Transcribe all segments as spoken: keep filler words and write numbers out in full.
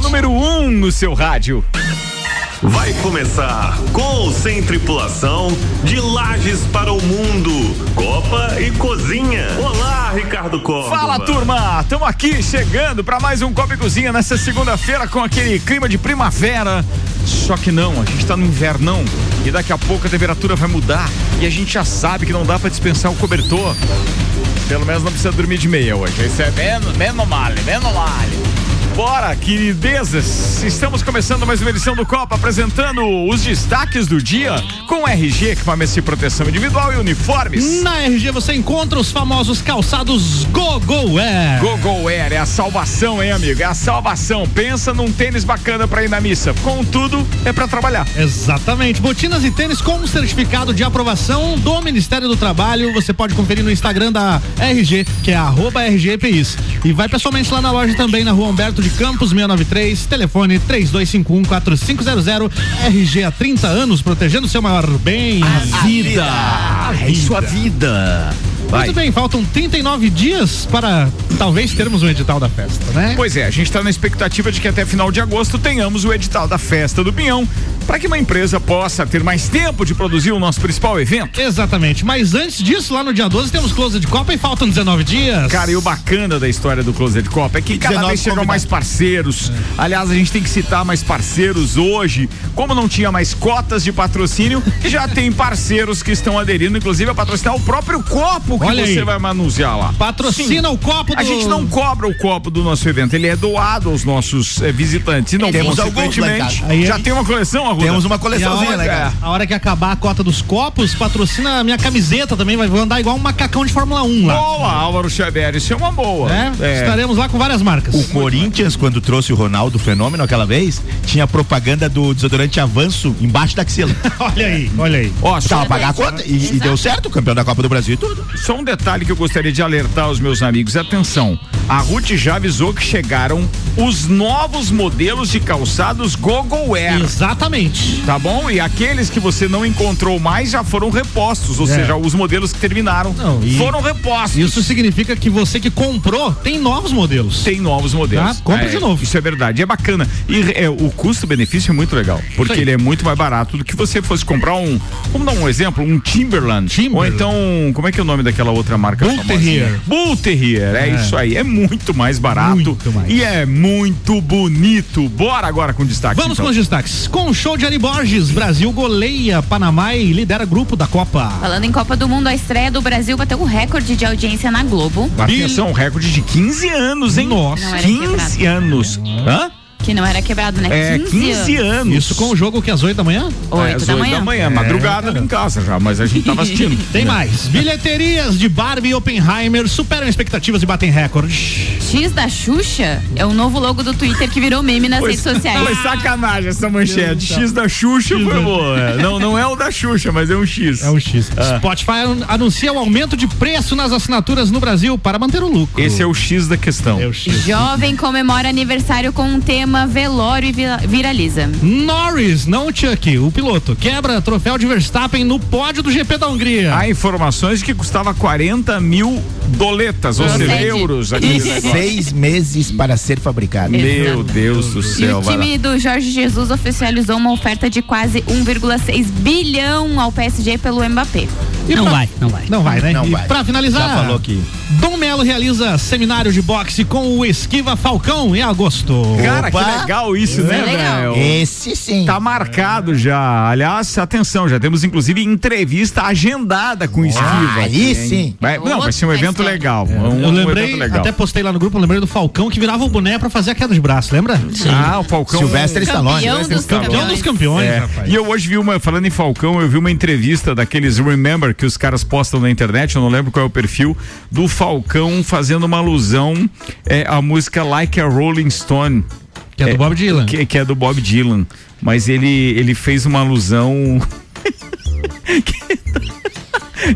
número um no seu rádio. Vai começar com ou sem tripulação de Lages para o mundo, Copa e Cozinha. Olá, Ricardo Córdoba. Fala, turma, estamos aqui chegando para mais um Copa e Cozinha nessa segunda-feira com aquele clima de primavera. Só que não, a gente tá no invernão e daqui a pouco a temperatura vai mudar e a gente já sabe que não dá para dispensar o cobertor. Pelo menos não precisa dormir de meia hoje. Isso é menos, menos male, menos male. Bora, queridezas, estamos começando mais uma edição do Copa, apresentando os destaques do dia com R G, equipamentos de proteção individual e uniformes. Na R G você encontra os famosos calçados Go-Go Wear. Go-Go Wear é a salvação, hein, amigo? É a salvação. Pensa num tênis bacana pra ir na missa. Contudo, é pra trabalhar. Exatamente. Botinas e tênis com certificado de aprovação do Ministério do Trabalho. Você pode conferir no Instagram da R G, que é arroba R G P Is. E vai pessoalmente lá na loja também, na Rua Humberto de Campos seiscentos e noventa e três, telefone três dois cinco um, quatro cinco zero zero. R G há trinta anos, protegendo o seu maior bem. A vida. É sua vida. Vai. Muito bem, faltam trinta e nove dias para talvez termos um edital da festa, né? Pois é, a gente está na expectativa de que até final de agosto tenhamos o edital da festa do Pinhão, para que uma empresa possa ter mais tempo de produzir o nosso principal evento. Exatamente, mas antes disso, lá no dia doze temos Closet Copa e faltam dezenove dias. Cara, e o bacana da história do Closet Copa é que cada vez chegam mais parceiros. É. Aliás, a gente tem que citar mais parceiros hoje. Como não tinha mais cotas de patrocínio, já tem parceiros que estão aderindo, inclusive a patrocinar o próprio copo que Olha você aí. vai manusear lá. Patrocina Sim. o copo do... A gente não cobra o copo do nosso evento, ele é doado aos nossos eh, visitantes. E não, temos consequentemente, aí já é... tem uma coleção, Arruda? Temos uma coleçãozinha, né, cara? A hora que acabar a cota dos copos, patrocina a minha camiseta também, vai andar igual um macacão de Fórmula um lá. Boa, Álvaro Xavier, isso é uma boa. É, é. Estaremos lá com várias marcas. O Corinthians, quando trouxe o Ronaldo Fenômeno aquela vez, tinha propaganda do desodorante Avanço embaixo da axila. Olha aí, olha aí. Ó, só pagar a conta e, e deu certo, campeão da Copa do Brasil e tudo. Só um detalhe que eu gostaria de alertar os meus amigos, atenção, a Ruth já avisou que chegaram os novos modelos de calçados Go-Go Wear. Exatamente. Tá bom? E aqueles que você não encontrou mais já foram repostos, ou é. seja, os modelos que terminaram não, foram repostos. Isso significa que você que comprou tem novos modelos. Tem novos modelos. Tá? Compre é, de novo. Isso é verdade, é bacana. E é, o custo-benefício é muito legal, porque ele é muito mais barato do que você fosse comprar um, vamos dar um exemplo, um Timberland. Timberland. Ou então, como é que é o nome daquela outra marca Bull Terrier. Bull Terrier, é, é isso aí, é muito mais barato muito mais. E é muito bonito. Bora agora com destaques. Vamos então. com os destaques. Com o show de Ari Borges, Brasil goleia Panamá e lidera grupo da Copa. Falando em Copa do Mundo, a estreia do Brasil bateu um recorde de audiência na Globo. Atenção, um recorde de quinze anos, hein? Nossa, quinze anos. Hã? Que não era quebrado, né? É, quinze anos. Isso com o jogo que às oito da manhã? oito da manhã. da manhã, é, madrugada é, em casa já, mas a gente tava assistindo. Tem mais. Bilheterias de Barbie e Oppenheimer superam expectativas e batem recorde. X da Xuxa é o novo logo do Twitter que virou meme nas foi, redes sociais. Foi sacanagem essa manchete. X da Xuxa X foi boa. É. Não, não é o da Xuxa, mas é um X. É um X. Ah. Spotify anuncia o aumento de preço nas assinaturas no Brasil para manter o lucro. Esse é o X da questão. É o X. Jovem comemora aniversário com um tema velório e viraliza. Norris, não Chuck, o piloto, quebra troféu de Verstappen no pódio do G P da Hungria. Há informações de que custava quarenta mil doletas, ou seja, euros. E seis meses para ser fabricado. Meu Deus do céu. E o time do Jorge Jesus oficializou uma oferta de quase um vírgula seis bilhão ao P S G pelo Mbappé. E não pra... vai, não vai. Não vai, né? Não e vai. Pra finalizar, já falou que Dom Melo realiza seminário de boxe com o Esquiva Falcão em agosto. Cara, Opa. que legal isso, né, velho? Esse sim. Tá marcado já. Aliás, atenção, já temos inclusive entrevista agendada com o Esquiva. Aí sim. Vai, não, vai ser um evento legal. É. Um, eu lembrei, um evento legal. até postei lá no grupo, eu lembrei do Falcão que virava o boné pra fazer a queda de braço, lembra? Sim. Ah, o Falcão. Silvestre Stallone. Campeão dos Campeão dos campeões, é. rapaz. E eu hoje vi uma, falando em Falcão, eu vi uma entrevista daqueles Remember que os caras postam na internet, eu não lembro qual é o perfil, do Falcão fazendo uma alusão é, à música Like a Rolling Stone. Que é do Bob Dylan. Que, que é do Bob Dylan. Mas ele, ele fez uma alusão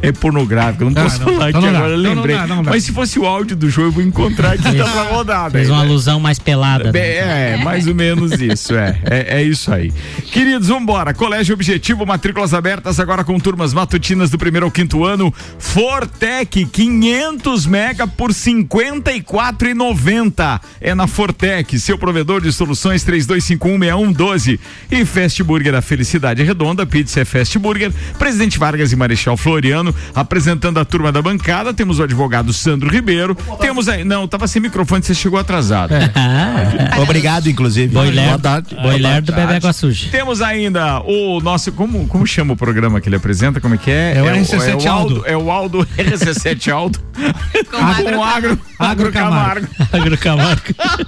é pornográfico. Eu não Ah, posso não, falar então aqui não dá, agora, eu então não lembrei. dá, não dá. Mas se fosse o áudio do jogo, eu vou encontrar aqui tá pra rodar. Fez daí, uma né? alusão mais pelada. né? É, é, mais ou menos isso, é, é, é isso aí. Queridos, vambora. Colégio Objetivo, matrículas abertas agora com turmas matutinas do primeiro ao quinto ano. Fortec, quinhentos mega por cinquenta e quatro reais e noventa centavos. É na Fortec, seu provedor de soluções três dois cinco um seis um um doze. E Fast Burger, a felicidade redonda, pizza é Fast Burger, Presidente Vargas e Marechal Floriano, apresentando a turma da bancada, temos o advogado Sandro Ribeiro, temos aí, não, tava sem microfone, você chegou atrasado. Ah, Obrigado, inclusive. Boi Boa lerdo, tarde. boi lerdo bebe água suja. Temos ainda o nosso, como, como chama o programa que ele apresenta, como é que é? É o R C sete é o Aldo. É o Aldo R C sete Aldo. Com Com o agro, agro Camargo. Agro Camargo.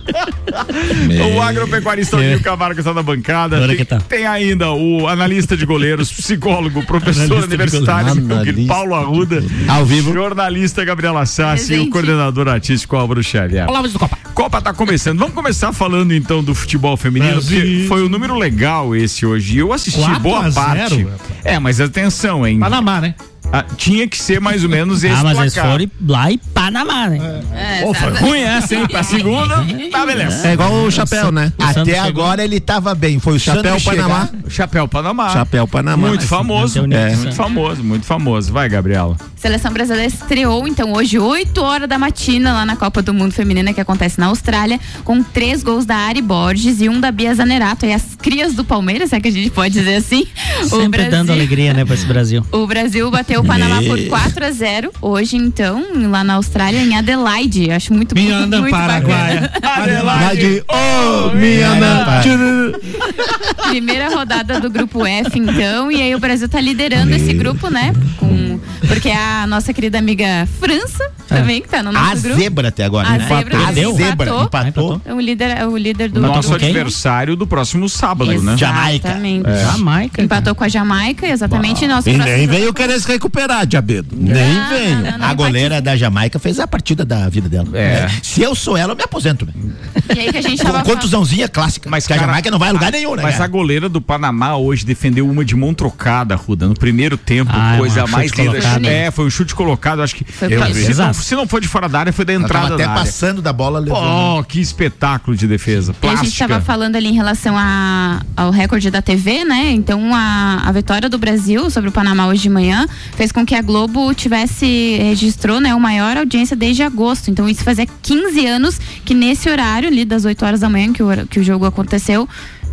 O agropecuarista Nil Camargo está na bancada. Agora Tem, que tá. tem ainda o analista de goleiros, psicólogo, professor Analista de universitário goleiros. Paulo Arruda, Ao vivo. jornalista Gabriela Sassi e o Presente. coordenador artístico Álvaro Xavier. Olá, do Copa. Copa tá começando. Vamos começar falando então do futebol feminino, Brasil. porque foi um número legal esse hoje. Eu assisti quatro boa a parte. zero. É, mas atenção, hein? Panamá, né? Ah, tinha que ser mais ou menos esse Ah, mas eles placar. foram lá em Panamá, né? É, Pô, foi sabe? ruim essa, hein? Pra segunda, tá beleza. É igual o chapéu, né? o Santos Até chegou. agora ele tava bem. Foi o Chapéu Santos Panamá. chegar. Chapéu Panamá. Chapéu Panamá. Muito famoso. não tem É. união. Muito famoso, muito famoso. Vai, Gabriela. Seleção brasileira estreou, então, hoje, oito horas da matina, lá na Copa do Mundo Feminina, que acontece na Austrália, com três gols da Ari Borges e um da Bia Zanerato. E as crias do Palmeiras, é que a gente pode dizer assim. Sempre dando alegria, né, pra esse Brasil. O Brasil bateu o Panamá por quatro a zero hoje, então, lá na Austrália, em Adelaide. Acho muito, Minha muito, anda muito Paraguaia. bacana. Adelaide. Oh, minha Ana. Primeira rodada do grupo F, então, e aí o Brasil tá liderando esse grupo, né? Com, porque a nossa querida amiga França também, que tá no nosso A grupo. zebra até agora. A né? zebra, A empatou. zebra empatou. Empatou. É o líder, é o líder do Nosso grupo. quem? adversário do próximo sábado, né? Jamaica. Exatamente. Jamaica. Empatou com a Jamaica, exatamente. Nosso E próximo nem jogo- veio querer se recuperar, Diabedo. Nem Não, veio. não, não, A não, goleira da Jamaica fez a partida da vida dela. É. Se eu sou ela, eu me aposento. Né? E aí que a gente Com tava contusãozinha clássica. Mas, que a cara, Jamaica não vai a lugar nenhum, né? Mas cara? a goleira do Panamá hoje defendeu uma de mão trocada, Ruda, no primeiro tempo, Ah, é coisa um mais chute linda. colocado. É, foi um chute colocado, acho que Foi eu pra- vi. se, não, Exato. se não foi de fora da área, foi da Ela tava entrada até da área. passando da bola, levou. né? Oh, que espetáculo de defesa. E a gente Plástica. estava falando ali em relação a, ao recorde da T V, né? Então a, a vitória do Brasil sobre o Panamá hoje de manhã fez com que a Globo tivesse, registrou, né, a maior audiência desde agosto. Então isso fazia quinze anos que nesse horário ali das oito horas da manhã que o, que o jogo aconteceu,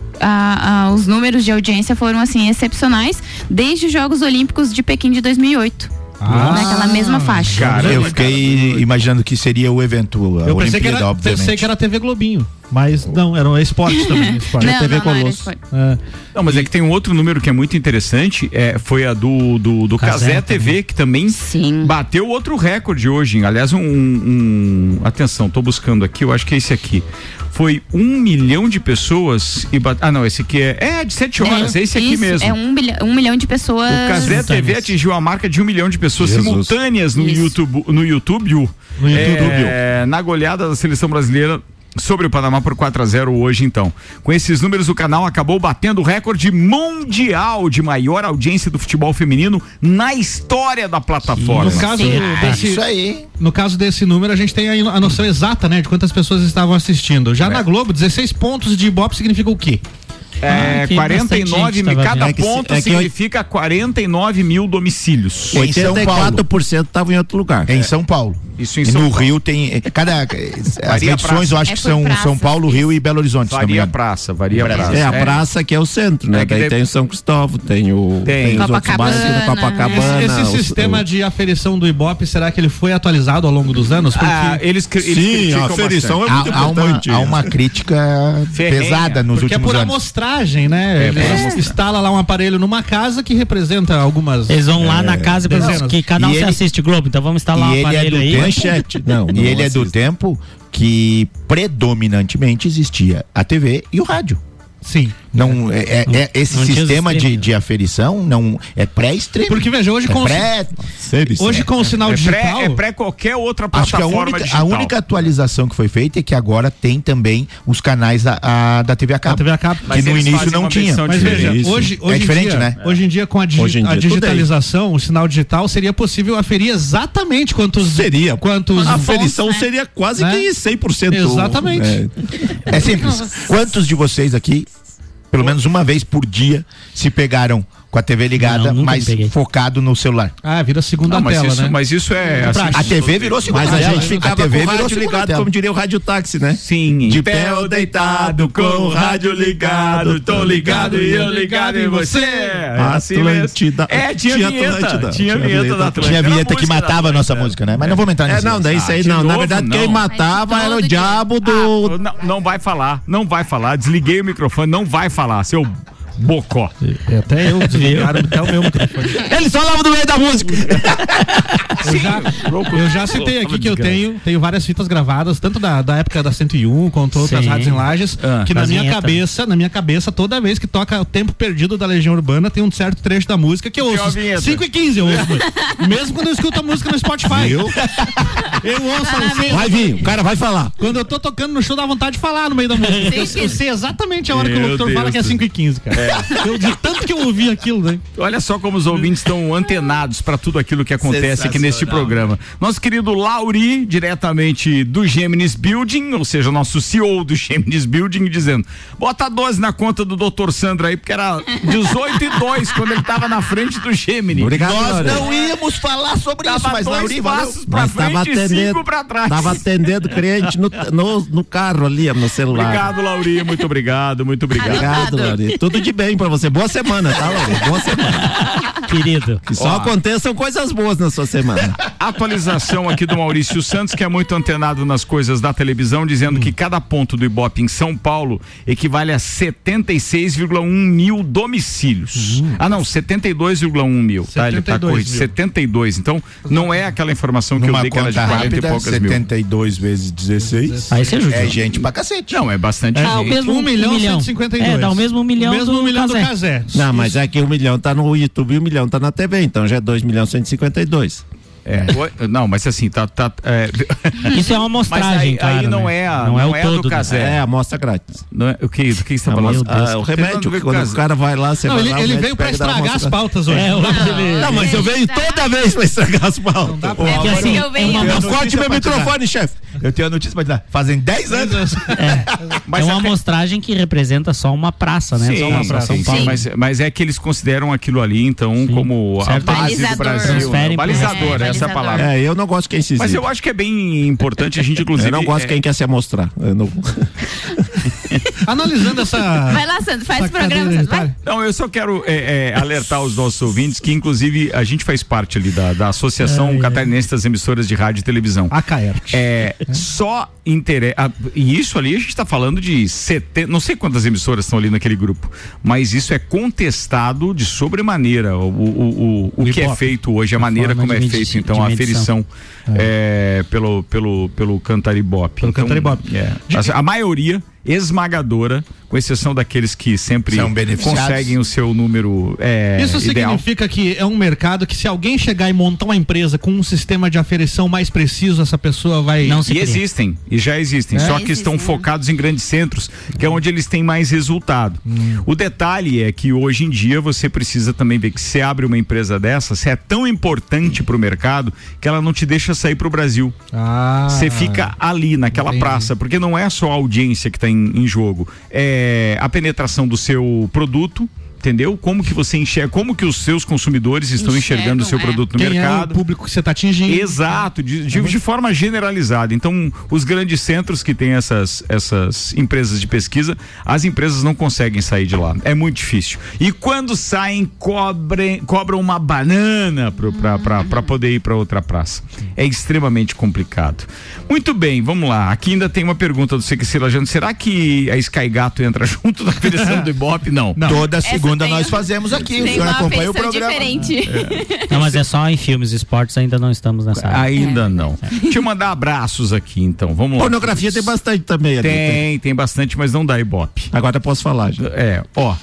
a, a, os números de audiência foram assim excepcionais desde os Jogos Olímpicos de Pequim de dois mil e oito. Ah. Naquela mesma faixa. Cara, Eu fiquei imaginando que seria o evento, a Eu pensei que, Olimpíada, era, obviamente. pensei que era T V Globinho, mas não, era um esporte também. Esporte. Não, T V não, não era Colosso. esporte. É. Não, mas é que tem um outro número que é muito interessante, é, foi a do, do, do Cazé Cazé T V, que também Sim. bateu outro recorde hoje. Aliás, um, um- Atenção, tô buscando aqui, eu acho que é esse aqui. Foi um milhão de pessoas e bate... Ah, não, esse aqui é. É, de sete horas, é, esse aqui Isso, mesmo. É um, bilhão, um milhão de pessoas. O Cazé T V atingiu a marca de um milhão de pessoas Jesus. simultâneas no Isso. YouTube, no YouTube, No é, na goleada da seleção brasileira sobre o Panamá por quatro a zero hoje, então. Com esses números, o canal acabou batendo o recorde mundial de maior audiência do futebol feminino na história da plataforma. No caso, Sim. desse, Isso aí. no caso desse número, a gente tem aí a noção exata, né, de quantas pessoas estavam assistindo. Já É. na Globo, dezesseis pontos de Ibope significa o quê? É, Ah, que quarenta e nove bastante mil, gente cada tava vendo. É ponto que- é que significa quarenta e nove mil domicílios. Em São oitenta e quatro por cento estavam em outro lugar. Em São Paulo. Isso em e São no Paulo. Rio tem. é, Cada. As Varia edições praça. eu acho É que por são praça. São Paulo, Rio e Belo Horizonte. se não me Varia a engano. praça, varia a Brasil. praça. É a praça que é o centro, né? É que Daí de- tem o São Cristóvão, tem o Tem. os outros Copacabana, bairros, tem o Copacabana. Esse, esse os- sistema o- de aferição do Ibope, será que ele foi atualizado ao longo dos anos? Porque Ah, eles, cri- eles Sim, criticam a aferição bastante. é muito Há, há uma, importante. há uma crítica Ferrenha. pesada nos Porque é últimos por anos. amostragem, né? É, Ele por amostragem. instala lá um aparelho numa casa que representa algumas. Eles vão lá na casa e pensam dezenas. que cada um E se ele- assiste Globo, então vamos instalar um E ele é aparelho do aí. tempo- Manchete. Não, E não ele é do assisto. tempo que predominantemente existia a T V e o rádio. Sim. Não, é, é- é esse Não tinha os sistema de, streaming. de aferição não é pré-streaming. Porque veja, hoje é com, pré, o, hoje com o sinal É digital. pré, é pré qualquer outra Acho que a plataforma única, digital. a única atualização que foi feita é que agora tem também os canais da, a- da T V a A cabo. T V a cabo. Que Mas no eles início fazem não uma tinha. versão Mas veja, Isso. hoje, hoje, É diferente, em dia, né? hoje em dia, com a, digi- Hoje em a dia tudo é digitalização, o sinal digital, seria possível aferir exatamente quantos. Seria. Quantos. A Pontos, aferição né? seria quase Né? que cem por cento. Exatamente. É, É simples. Quantos de vocês aqui, pelo menos uma vez por dia, se pegaram com a T V ligada, Não, nunca mas me peguei. focado no celular? Ah, vira segunda Não, mas, tela, isso, né? mas isso é assim, Prático. A T V virou segunda Mas a tela. gente ficava a T V com o virou rádio segunda ligado, tela. como diria o rádio táxi, né? Sim, De pé ou deitado, com o rádio ligado, tô ligado e eu ligado em você. Assim mesmo. Atlântida. É, tinha, Tinha vinheta. Atlântida. Tinha Tinha vinheta vinheta. da Atlântida. Tinha Era vinheta que música da matava a nossa Atlântida. música, né? Mas não vou entrar É, nisso. não, daí isso aí de não. Na novo, verdade, não. quem Mas matava todo era o dia. diabo do. Ah, não, não vai falar, não vai falar. Desliguei o microfone, não vai falar, seu bocó. É, até eu desligaram até o meu microfone. Ele só falava no meio da música. Eu já, eu já citei aqui que eu tenho, tenho várias fitas gravadas, tanto da, da época da cento e um quanto outras Sim. rádios em Lages, Ah, que na das minha vinhetas. cabeça, na minha cabeça, toda vez que toca o Tempo Perdido da Legião Urbana, tem um certo trecho da música que eu Tem uma ouço. vinheta. cinco e quinze eu ouço. Mesmo quando eu escuto a música no Spotify. Eu, eu ouço assim. Vai vir, o cara vai falar. Quando eu tô tocando no show, dá vontade de falar no meio da música. Eu, eu sei exatamente a hora que o Meu locutor Deus fala que é do cinco e quinze, cara. Eu, de tanto que eu ouvi aquilo, né? Olha só como os ouvintes estão antenados para tudo aquilo que acontece aqui neste programa. Nosso querido Lauri, diretamente do Gêmeos Building, ou seja, nosso C E O do Gêmeos Building, dizendo: bota doze na conta do doutor Sandro aí, porque era dezoito e dois quando ele tava na frente do Gêmeos. Obrigado, Nós Lauri. não íamos falar sobre isso, Tava mas dois Lauri, valeu. passos pra Mas tava frente e atendendo, cinco pra trás. tava atendendo cliente no, no, no carro ali, no celular. Obrigado, Lauri, muito obrigado, muito obrigado. Obrigado, Lauri. Tudo de bem pra você. Boa semana, tá, Lauri? Boa semana. Querido. Que só Ó. aconteçam coisas boas na sua semana. Atualização aqui do Maurício Santos, que é muito antenado nas coisas da televisão, dizendo que cada ponto do Ibope em São Paulo equivale a setenta e seis vírgula um mil domicílios. Ah, não, setenta e dois vírgula um mil, tá? Ele tá setenta e dois corrigido. mil. setenta e dois. Então, não é aquela informação que eu Numa dei que era de conta quarenta e rápida, poucas mil. setenta e dois vezes dezesseis. Aí você ajuda. É gente pra cacete. Não, é bastante Ah, o gente. mesmo um milhão um milhão. cento e cinquenta e dois. É, dá o mesmo milhão O mesmo do milhão do Cazé. Cazé. Não, mas é que um milhão tá no YouTube e um milhão tá na T V, então já é dois milhões cento e cinquenta e dois. É, o- não, mas assim, tá. tá é, Isso é uma mas amostragem, aí, aí claro, não né? é a. Não é o a todo, do né? Cazé. É, amostra grátis. Não é, o que, do que você tá Ah, falando? meu Deus. Ah, o Tem nada a remédio, ver com quando Cazé. o cara vai lá, você Não, vai ele, lá, o ele médico veio pra pega e dá uma estragar as amostra pautas hoje. É, hoje ele... Não, mas eu venho toda vez pra estragar as pautas. dá pra- Ô, É Porque por assim, isso que eu venho. é uma Não amostra- corte meu pra te dar. microfone, chefe. Eu tenho a notícia pra te dar. Fazem dez anos. Mas é uma até- amostragem que representa só uma praça, né? Sim, só uma praça. sim, São Paulo. sim, mas, mas é que eles consideram aquilo ali, então, como a Certo. base do Balizador. Brasil. Transferem Né? pro Balizador, resto. É, essa é a balizador. palavra. É, eu não gosto de quem se Mas exibe. eu acho que é bem importante a gente, inclusive. Eu não gosto de é, quem quer se amostrar. Eu não... Analisando essa. Vai lá, Sandro, faz o essa programa, cadeira Sandro, vai. hereditária. Não, eu só quero é, é, alertar os nossos ouvintes que, inclusive, a gente faz parte ali da, da Associação Catarinense das Emissoras de Rádio e Televisão. A Caerte. É, só interessa. E isso ali a gente está falando de setenta. Não sei quantas emissoras estão ali naquele grupo, mas isso é contestado de sobremaneira. O, o, o, o O que é Ibope. feito hoje, a maneira forma como é de feito, medi- então, de a medição. aferição é, pelo, pelo, pelo Cantaribope. Pelo Então, Cantaribope. é, a, a maioria esmagadora, com exceção daqueles que sempre São beneficiados. conseguem o seu número é, Isso ideal. significa que é um mercado que, se alguém chegar e montar uma empresa com um sistema de aferição mais preciso, essa pessoa vai. Não se E cria. existem, e já existem, É? só que estão Existem, né? focados em grandes centros, que é onde eles têm mais resultado. O detalhe é que hoje em dia você precisa também ver que se abre uma empresa dessa, se é tão importante para o mercado que ela não te deixa sair para o Brasil. Ah. Você fica ali naquela entendi. praça, porque não é só a audiência que está em, em jogo, é a penetração do seu produto. Entendeu? Como que você enxerga, como que os seus consumidores estão Enxergam, enxergando o seu é. produto no Quem mercado. é o público que você está atingindo. Exato, de, de, de forma generalizada. Então, os grandes centros que têm essas, essas empresas de pesquisa, as empresas não conseguem sair de lá. É muito difícil. E quando saem, cobrem, cobram uma banana para poder ir para outra praça. É extremamente complicado. Muito bem, vamos lá. Aqui ainda tem uma pergunta do Sequicila Jano. Será que a Sky Gato entra junto na direção do Ibope? Não. Não. Toda Essa segunda segunda nós fazemos aqui, o senhor acompanha o programa. Diferente. É. Não, mas é só em filmes, esportes ainda não estamos nessa área. Ainda É. não. Deixa eu mandar abraços aqui, então. Vamos lá. Pornografia tem bastante também ali. Tem, tem bastante, mas não dá ibope. Agora eu posso falar, já. É, ó.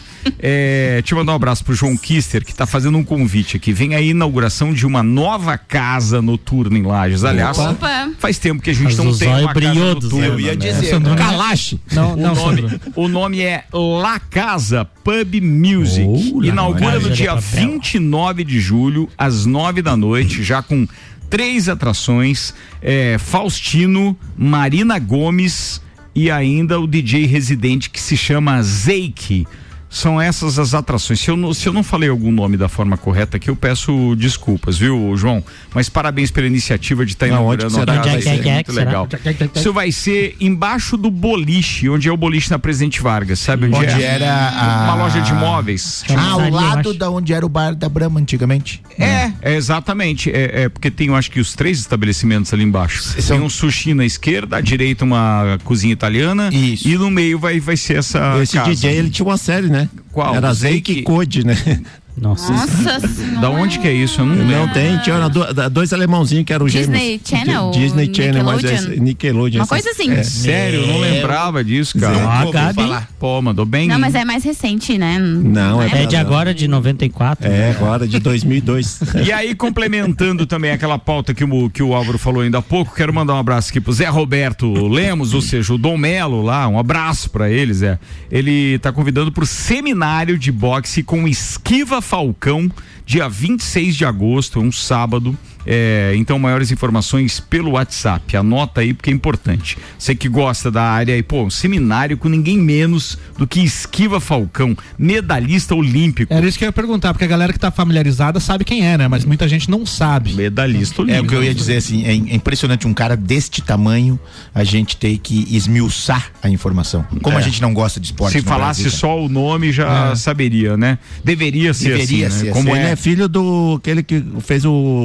É, deixa eu mandar um abraço pro João Kister, que tá fazendo um convite aqui. Vem aí a inauguração de uma nova casa noturna em Lages. Aliás, Opa. faz tempo que a gente Mas não os tem uma olhos casa brilhosos, noturna. Eu ia né? dizer, Sandro, Calache. Não, O, não, nome, Sandro. o nome é La Casa Pub Music. Oh, Inaugura no Casa de dia Papel. vinte e nove de julho, às nove da noite, já com três atrações: é, Faustino, Marina Gomes e ainda o D J residente que se chama Zeiki. São essas as atrações. Se eu, não, se eu não falei algum nome da forma correta aqui, eu peço desculpas, viu, João? Mas parabéns pela iniciativa de estar Não, onde inaugurando que será? a casa, Onde é isso que é é muito que será? legal. Isso vai ser embaixo do boliche, onde é o boliche na Presidente Vargas, sabe onde, Onde é? era a... Uma loja de móveis. Ah, ao Ali, eu lado acho. da onde era o bar da Brahma antigamente. É, é exatamente. É, é porque tem, eu acho que os três estabelecimentos ali embaixo. São- Tem um sushi na esquerda, à direita uma cozinha italiana. Isso. E no meio vai, vai ser essa Esse casa. D J, ele tinha uma série, né? Qual? Era Zeiki? Zeiki Code, né? Nossa. Nossa senhora. Da onde que é isso? Eu não lembro. Não tem, tinha do- da- dois alemãozinhos que eram Disney gêmeos. Channel? Disney Channel, mas é Nickelodeon? esse- Nickelodeon. Uma essa- coisa assim. É. Sério, eu não Meu lembrava disso, cara. Deus. Ah, Ouvi Gabi. falar. Pô, mandou bem. Não, mas é mais recente, né? Não, é É de agora, de noventa e quatro. É, agora de dois mil e dois. E aí, complementando também aquela pauta que o, que o Álvaro falou ainda há pouco, quero mandar um abraço aqui pro Zé Roberto Lemos, ou seja, o Dom Melo lá, um abraço pra ele, Zé. Ele tá convidando pro seminário de boxe com Esquiva Falcão, dia vinte e seis de agosto, um sábado. É, então, maiores informações pelo WhatsApp. Anota aí porque é importante. Você que gosta da área aí, pô, um seminário com ninguém menos do que Esquiva Falcão, medalhista olímpico. Era isso que eu ia perguntar, porque a galera que tá familiarizada sabe quem é, né? Mas muita gente não sabe. Medalhista É olímpico. o que eu ia dizer, assim, é é impressionante um cara deste tamanho, a gente ter que esmiuçar a informação. Como É. a gente não gosta de esporte Se no falasse Brasil, só o nome, já É. saberia, né? Deveria ser Deveria assim, ser né? assim. Como Ele é. é filho do aquele que fez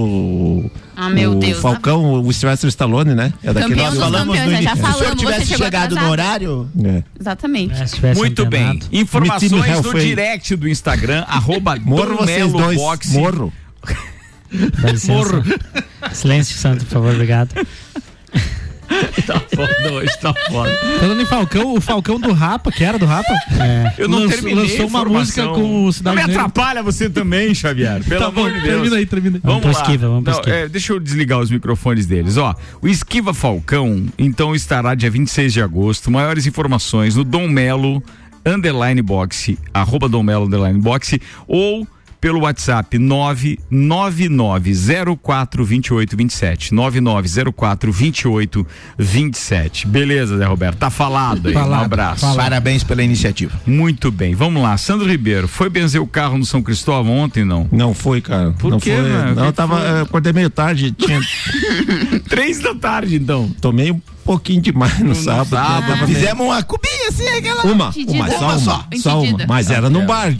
o Ah, meu o Deus. Falcão, o Sylvester Stallone, né? É daquele Campeão nós dos falamos campeões, no né? Já início. Se o senhor falamos, você tivesse chegou chegado no atrasado. horário, É. Exatamente. É, se tivesse Muito bem. antenado. Informações Time no Hellframe. direct do Instagram, arroba Morro Dom vocês Melo dois, Boxe. morro. Dá licença. Silêncio, Santo, por favor, obrigado. Tá foda hoje, tá foda. Falando em Falcão, o Falcão do Rapa, que era do Rapa, É. Eu não Lançou- terminei lançou a uma informação. música com o Cidade Não me Negra. atrapalha você também, Xavier. Pelo Tá bom, amor de Deus. termina aí, termina aí. Vamos Vamos pro lá. Esquiva, vamos pro Não, Esquiva. é, deixa eu desligar os microfones deles. Ó, o Esquiva Falcão, então, estará dia vinte e seis de agosto. Maiores informações no Dom Melo underline boxe, arroba Dom Melo underline boxe, ou pelo WhatsApp nove nove nove zero quatro dois oito dois sete, nove nove zero quatro dois oito dois sete. Beleza, Zé Roberto, tá falado aí. Um Falado, abraço. falado. parabéns pela iniciativa. Muito bem, vamos lá. Sandro Ribeiro, foi benzer o carro no São Cristóvão ontem, não? Não foi, cara. Por não quê, foi. mano? O Não, que eu tava, foi? eu acordei meio tarde, tinha, Três da tarde, então. tomei um pouquinho demais no, No sábado. sábado. né? Tava meio- Fizemos uma cubinha assim, aquela. uma, Entendida. uma, só Uma uma, só. só uma, Entendida. mas era no bar.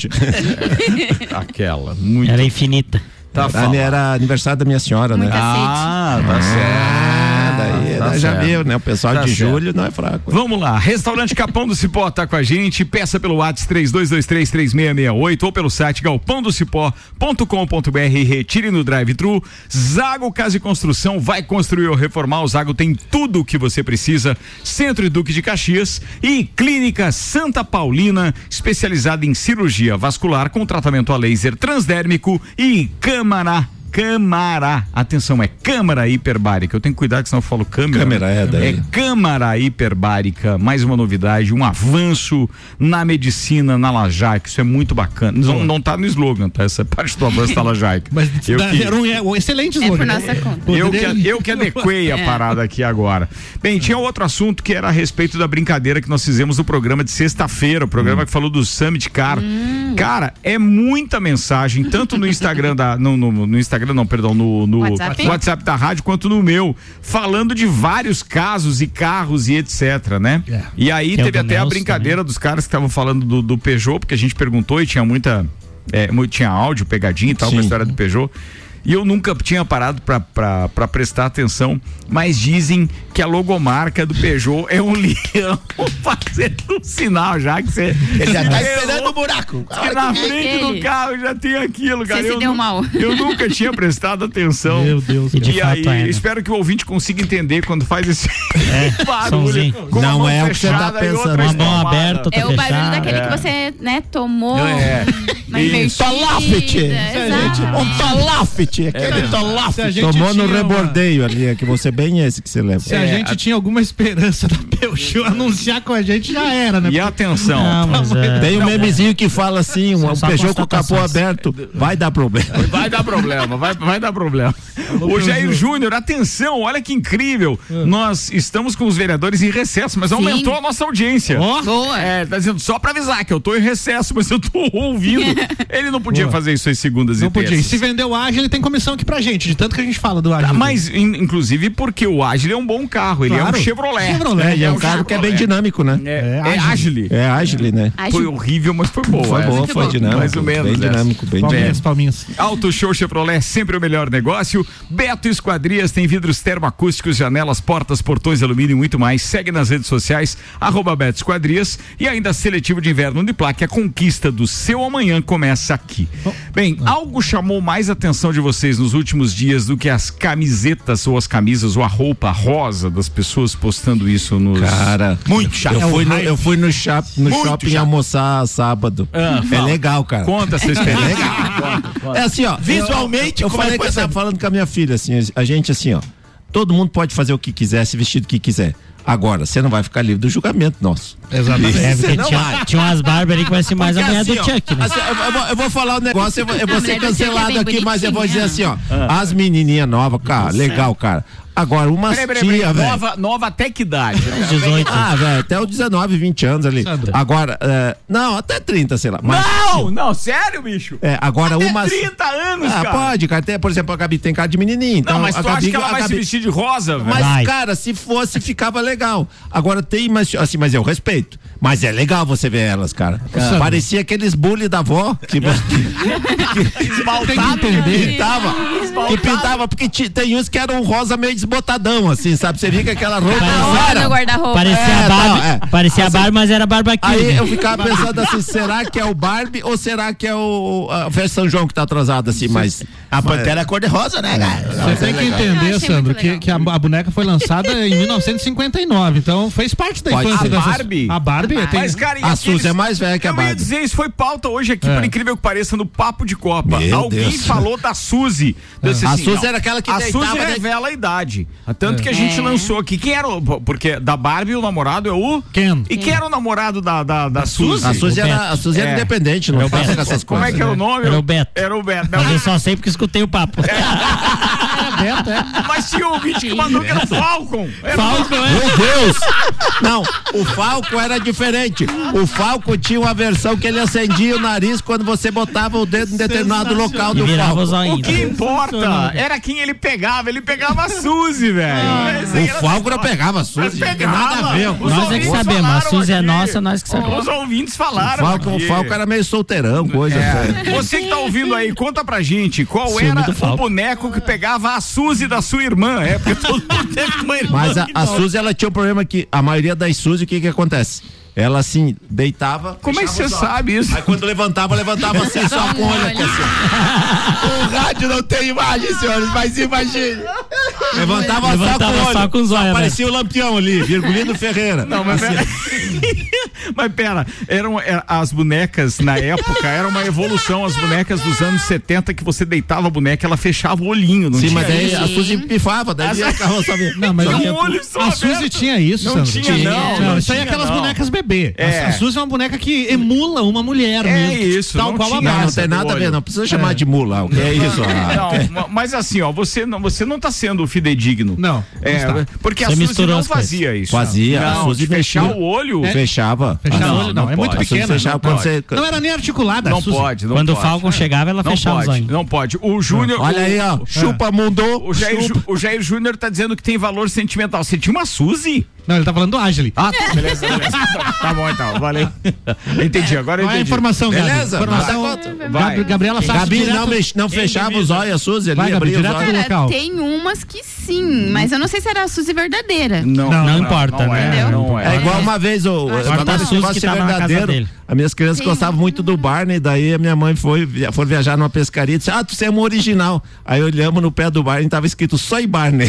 Aquela, muito. Era infinita. Tá Era, falando. era aniversário da minha senhora, né? Muita Ah, tá Ah, certo. daí tá já certo. viu, né? O pessoal Tá de certo. julho não é fraco. Vamos lá, Restaurante Capão do Cipó tá com a gente, peça pelo WhatsApp três dois dois três, três seis seis oito ou pelo site galpão do cipó ponto com ponto br e retire no drive-thru. Zago Casa e Construção, vai construir ou reformar, o Zago tem tudo o que você precisa, Centro e Duque de Caxias e Clínica Santa Paulina, especializada em cirurgia vascular com tratamento a laser transdérmico e câmara Câmara, atenção, é câmara hiperbárica. Eu tenho que cuidar que senão eu falo câmera. Câmera, é, daí. É câmara hiperbárica, mais uma novidade, um avanço na medicina na Lajaica. Isso é muito bacana. Não, não tá no slogan, tá? Essa parte do avanço da Lajaica. Mas eu da- que, era um, é um excelente É slogan. por nossa conta. eu, Poderia- que, eu que adequei a É. parada aqui agora. Bem, tinha outro assunto que era a respeito da brincadeira que nós fizemos no programa de sexta-feira, o programa que falou do Summit Car. Cara, é muita mensagem, tanto no Instagram da. No, no, no Instagram, não, perdão, no, no WhatsApp? WhatsApp da rádio, quanto no meu, falando de vários casos e carros e etc, né? É. E aí Que é o teve do até a Nelson brincadeira dos caras que estavam falando do, do Peugeot, porque a gente perguntou e tinha muita. É, mu- tinha áudio, pegadinha e tal, com a Sim. história do Peugeot. e eu nunca tinha parado pra, pra, pra prestar atenção, mas dizem que a logomarca do Peugeot é um leão fazendo um sinal já que você... Ele já tá esperando o buraco. Que na frente do carro já tem aquilo, cara. Você se eu deu nu- mal. Eu nunca tinha prestado atenção. Meu Deus. E de E fato aí, é, né? espero que o ouvinte consiga entender quando faz esse É, barulho. somzinho. Com uma Não mão é o que você tá fechada e outra pensando. Uma mão espalmada. aberta, outra É o barulho fechada. daquele É. que você, né, tomou É. uma Isso. invertida. Tolafite. Exato. Um tolafite. Aquele tolafite. Se a gente Tomou no tinha uma- rebordeio ali, é que você bem esse que você leva. Se a É, gente a- tinha alguma esperança da Peugeot anunciar com a gente, já era, né? E atenção. Não, mas é, Tem um memezinho que fala assim, um Só Peugeot com o capô constatações. aberto, vai dar problema. Vai dar problema, vai, vai dar problema. O Jair Júnior, atenção, olha que incrível. Nós estamos com os vereadores em recesso, mas Sim. aumentou a nossa audiência. Ó. Boa. É, tá dizendo só pra avisar que eu tô em recesso, mas eu tô ouvindo. Ele não podia Boa. fazer isso às segundas Não e podia. E terças. se vender o Agile, tem comissão aqui pra gente, de tanto que a gente fala do Agile. Tá, mas, in- inclusive, porque o Agile é um bom carro, ele Claro. é um Chevrolet. Chevrolet, É, e é um um carro que é bem Chevrolet. dinâmico, né? É, É é Agile. É ágil, né? Acho- Foi horrível, mas foi boa. Foi essa. bom, muito foi bom. dinâmico. Mais ou menos Bem essa. dinâmico, bem Palminhas, dinâmico. palminhas. Auto Show Chevrolet, sempre o melhor negócio. Beto Esquadrias tem vidros termoacústicos, janelas, portas, portões, alumínio e muito mais. Segue nas redes sociais, arroba Beto Esquadrias. E ainda seletivo de inverno Uniplac, a conquista do seu amanhã começa aqui. Bem, algo chamou mais a atenção de vocês nos últimos dias do que as camisetas ou as camisas ou a roupa rosa das pessoas postando isso nos... Cara, Muito chato. eu fui no, eu fui no, shop, no Muito shopping chato. almoçar sábado. Ah, é fala. legal, cara. Conta essa É experiência. legal. É assim, ó. Visualmente, eu, eu como é falei que que eu foi tava essa- falando com a minha filha, assim, a gente assim, ó. Todo mundo pode fazer o que quiser, se vestir do que quiser. Agora, você não vai ficar livre do julgamento nosso. Exatamente. é, porque não tinha, vai. tinha umas barbas ali que vai ser mais a Porque mulher assim, do ó, Chuck, né? assim, eu, eu vou, eu vou falar um negócio, eu vou, eu vou A ser mulher do Chuck é cancelado bem aqui, mas eu vou dizer assim, bonitinha. ó. As menininhas novas, cara, legal, cara. Agora, umas Peraí, peraí, peraí. tia, velho. Nova, nova até que idade? dezoito. Ah, velho, até os dezenove, vinte anos ali. Sandra. Agora, é, não, até trinta, sei lá. Mas, Não, não, sério, bicho? é, agora Até umas. trinta anos, Ah, cara. pode, cara. Tem, por exemplo, a Gabi tem cara de menininha. Então, Não, mas a tu Gabi, acha que ela a vai Gabi- se vestir de rosa, velho? Mas, Vai. cara, se fosse, ficava legal. Agora tem, mas assim, mas eu respeito. Mas é legal você ver elas, cara. Sandra. Parecia aqueles bully da avó que, Tem que entender. pintava. Que pintava, porque ti- tem uns que eram rosa meio desbotadão, assim, sabe? Você via que aquela roupa. Cada não hora era. no guarda-roupa. Parecia É, a Barbie, tá, é. parecia a Barbie, mas era Barbie aqui. Aí eu ficava pensando assim, será que é o Barbie ou será que é o a festa São João que tá atrasado assim, mas A pantera é cor de rosa, né, cara? Você tem que Eu entender, achei Sandro, muito que, legal. que a, a boneca foi lançada em mil novecentos e cinquenta e nove, então fez parte da Pode infância ser. dessas... A Barbie? A Barbie tem... Mas, cara, e A aqueles- Suzy é mais velha que a Eu ia Barbie. dizer, isso foi pauta hoje aqui, É. por incrível que pareça, no Papo de Copa. Meu Alguém Deus. falou da Suzy. Disse A assim, Suzy não, era aquela que A deitava, Suzy né? revela a idade. Tanto que a gente É. lançou aqui. Quem era o... Porque da Barbie o namorado é o... Ken. E quem era o namorado da, da, da Suzy? a Suzy O era, Beto. a Suzy era É. independente, não Era o faça Beto. com essas Como coisas. é que era o nome? Era o Beto. Era o Beto. Mas eu só sei porque escutei o papo. Beto, é. Mas tinha um ouvinte que mandou que era o Falcon. Era Falco, é? Meu Deus! Não, o Falco era diferente. O Falco tinha uma versão que ele acendia o nariz quando você botava o dedo em determinado local E do virava o Falco. zoinho. O que importa era quem ele pegava. Ele pegava a Suzy, velho. Esse aí O era- Falco não pegava a Suzy, não tem nada a ver. Os Nós é que ouvintes sabemos, a falaram Suzy é aqui. nossa, nós que sabemos. Os ouvintes O falaram. Falco, o aqui. Falco era meio solteirão, coisa. É. Você que tá ouvindo aí, conta pra gente qual Ciúme era do o Falco. boneco que pegava a Suzy da sua irmã. É, porque todo mundo teve uma irmã. Mas a, que a não. Suzy, ela tinha um problema que a maioria das Suzy, o que que acontece? Ela assim, deitava. Como é que você fechava os olhos. sabe isso? Aí quando levantava, levantava assim, só com o olho aqui assim. O rádio não tem imagem, senhores, mas imagine. Levantava, Levantava só com o olho. só com os olhos, Parecia o Lampião ali, Virgulino Ferreira. Não, mas pera. Mas pera, eram, era- as bonecas na época era uma evolução. As bonecas dos anos setenta que você deitava a boneca, ela fechava o olhinho. Não Sim, tinha mas aí isso. a Suzy pifava, daí Essa- a carroça vinha. Não, mas Com a, o olho só a aberto. Suzy tinha isso, Não Sandro. tinha, não, não isso aí é tinha, aquelas não. bonecas bebê. É. A, a Suzy é uma boneca que emula uma mulher É mesmo. isso, Tal não qual a tinha Não, não Barbie. tem nada a ver, olho. não precisa chamar de mula. O que é isso? Ah, Não, ma- mas assim, ó, você não, você não tá sendo fidedigno. Não, É, não está. porque Você a Suzy misturou não as coisas. fazia isso. Fazia, a Não, Suzy de fechar mexia. o olho. Fechava. Fechar Ah, o olho, não, é muito pode. A Suzy pequena, fechava não quando pode. você... Não era nem articulada. Não a Suzy. pode, não Quando o pode. Falcon chegava, ela Não fechava os pode, olhos. não pode. O Júnior. Olha o- aí, ó. Chupa, mundo. O Jair, Ju- o Jair Júnior tá dizendo que tem valor sentimental. Você tinha uma Suzy? Não, ele tá falando do Agile. Ah, tá, beleza, beleza. Tá bom então, valeu. Entendi, agora eu Qual é a entendi. informação, Gabi? Beleza, Informação. vai. Gab- Gabriela Sassi. Gabi direto- não, mex- não fechava os olhos, a Suzy ali, Vai, Gabi, abria os direto olhos. do local. Cara, tem umas que sim, mas eu não sei se era a Suzy verdadeira. Não, Não importa, não né? É, não é. É igual uma vez, o Acho que negócio não. esse negócio que ser tava na casa verdadeiro. dele. As minhas crianças Sim. gostavam muito do Barney, daí a minha mãe foi, via- foi viajar numa pescaria e disse, ah, tu é um original. Aí olhamos no pé do Barney e tava escrito Soy Barney.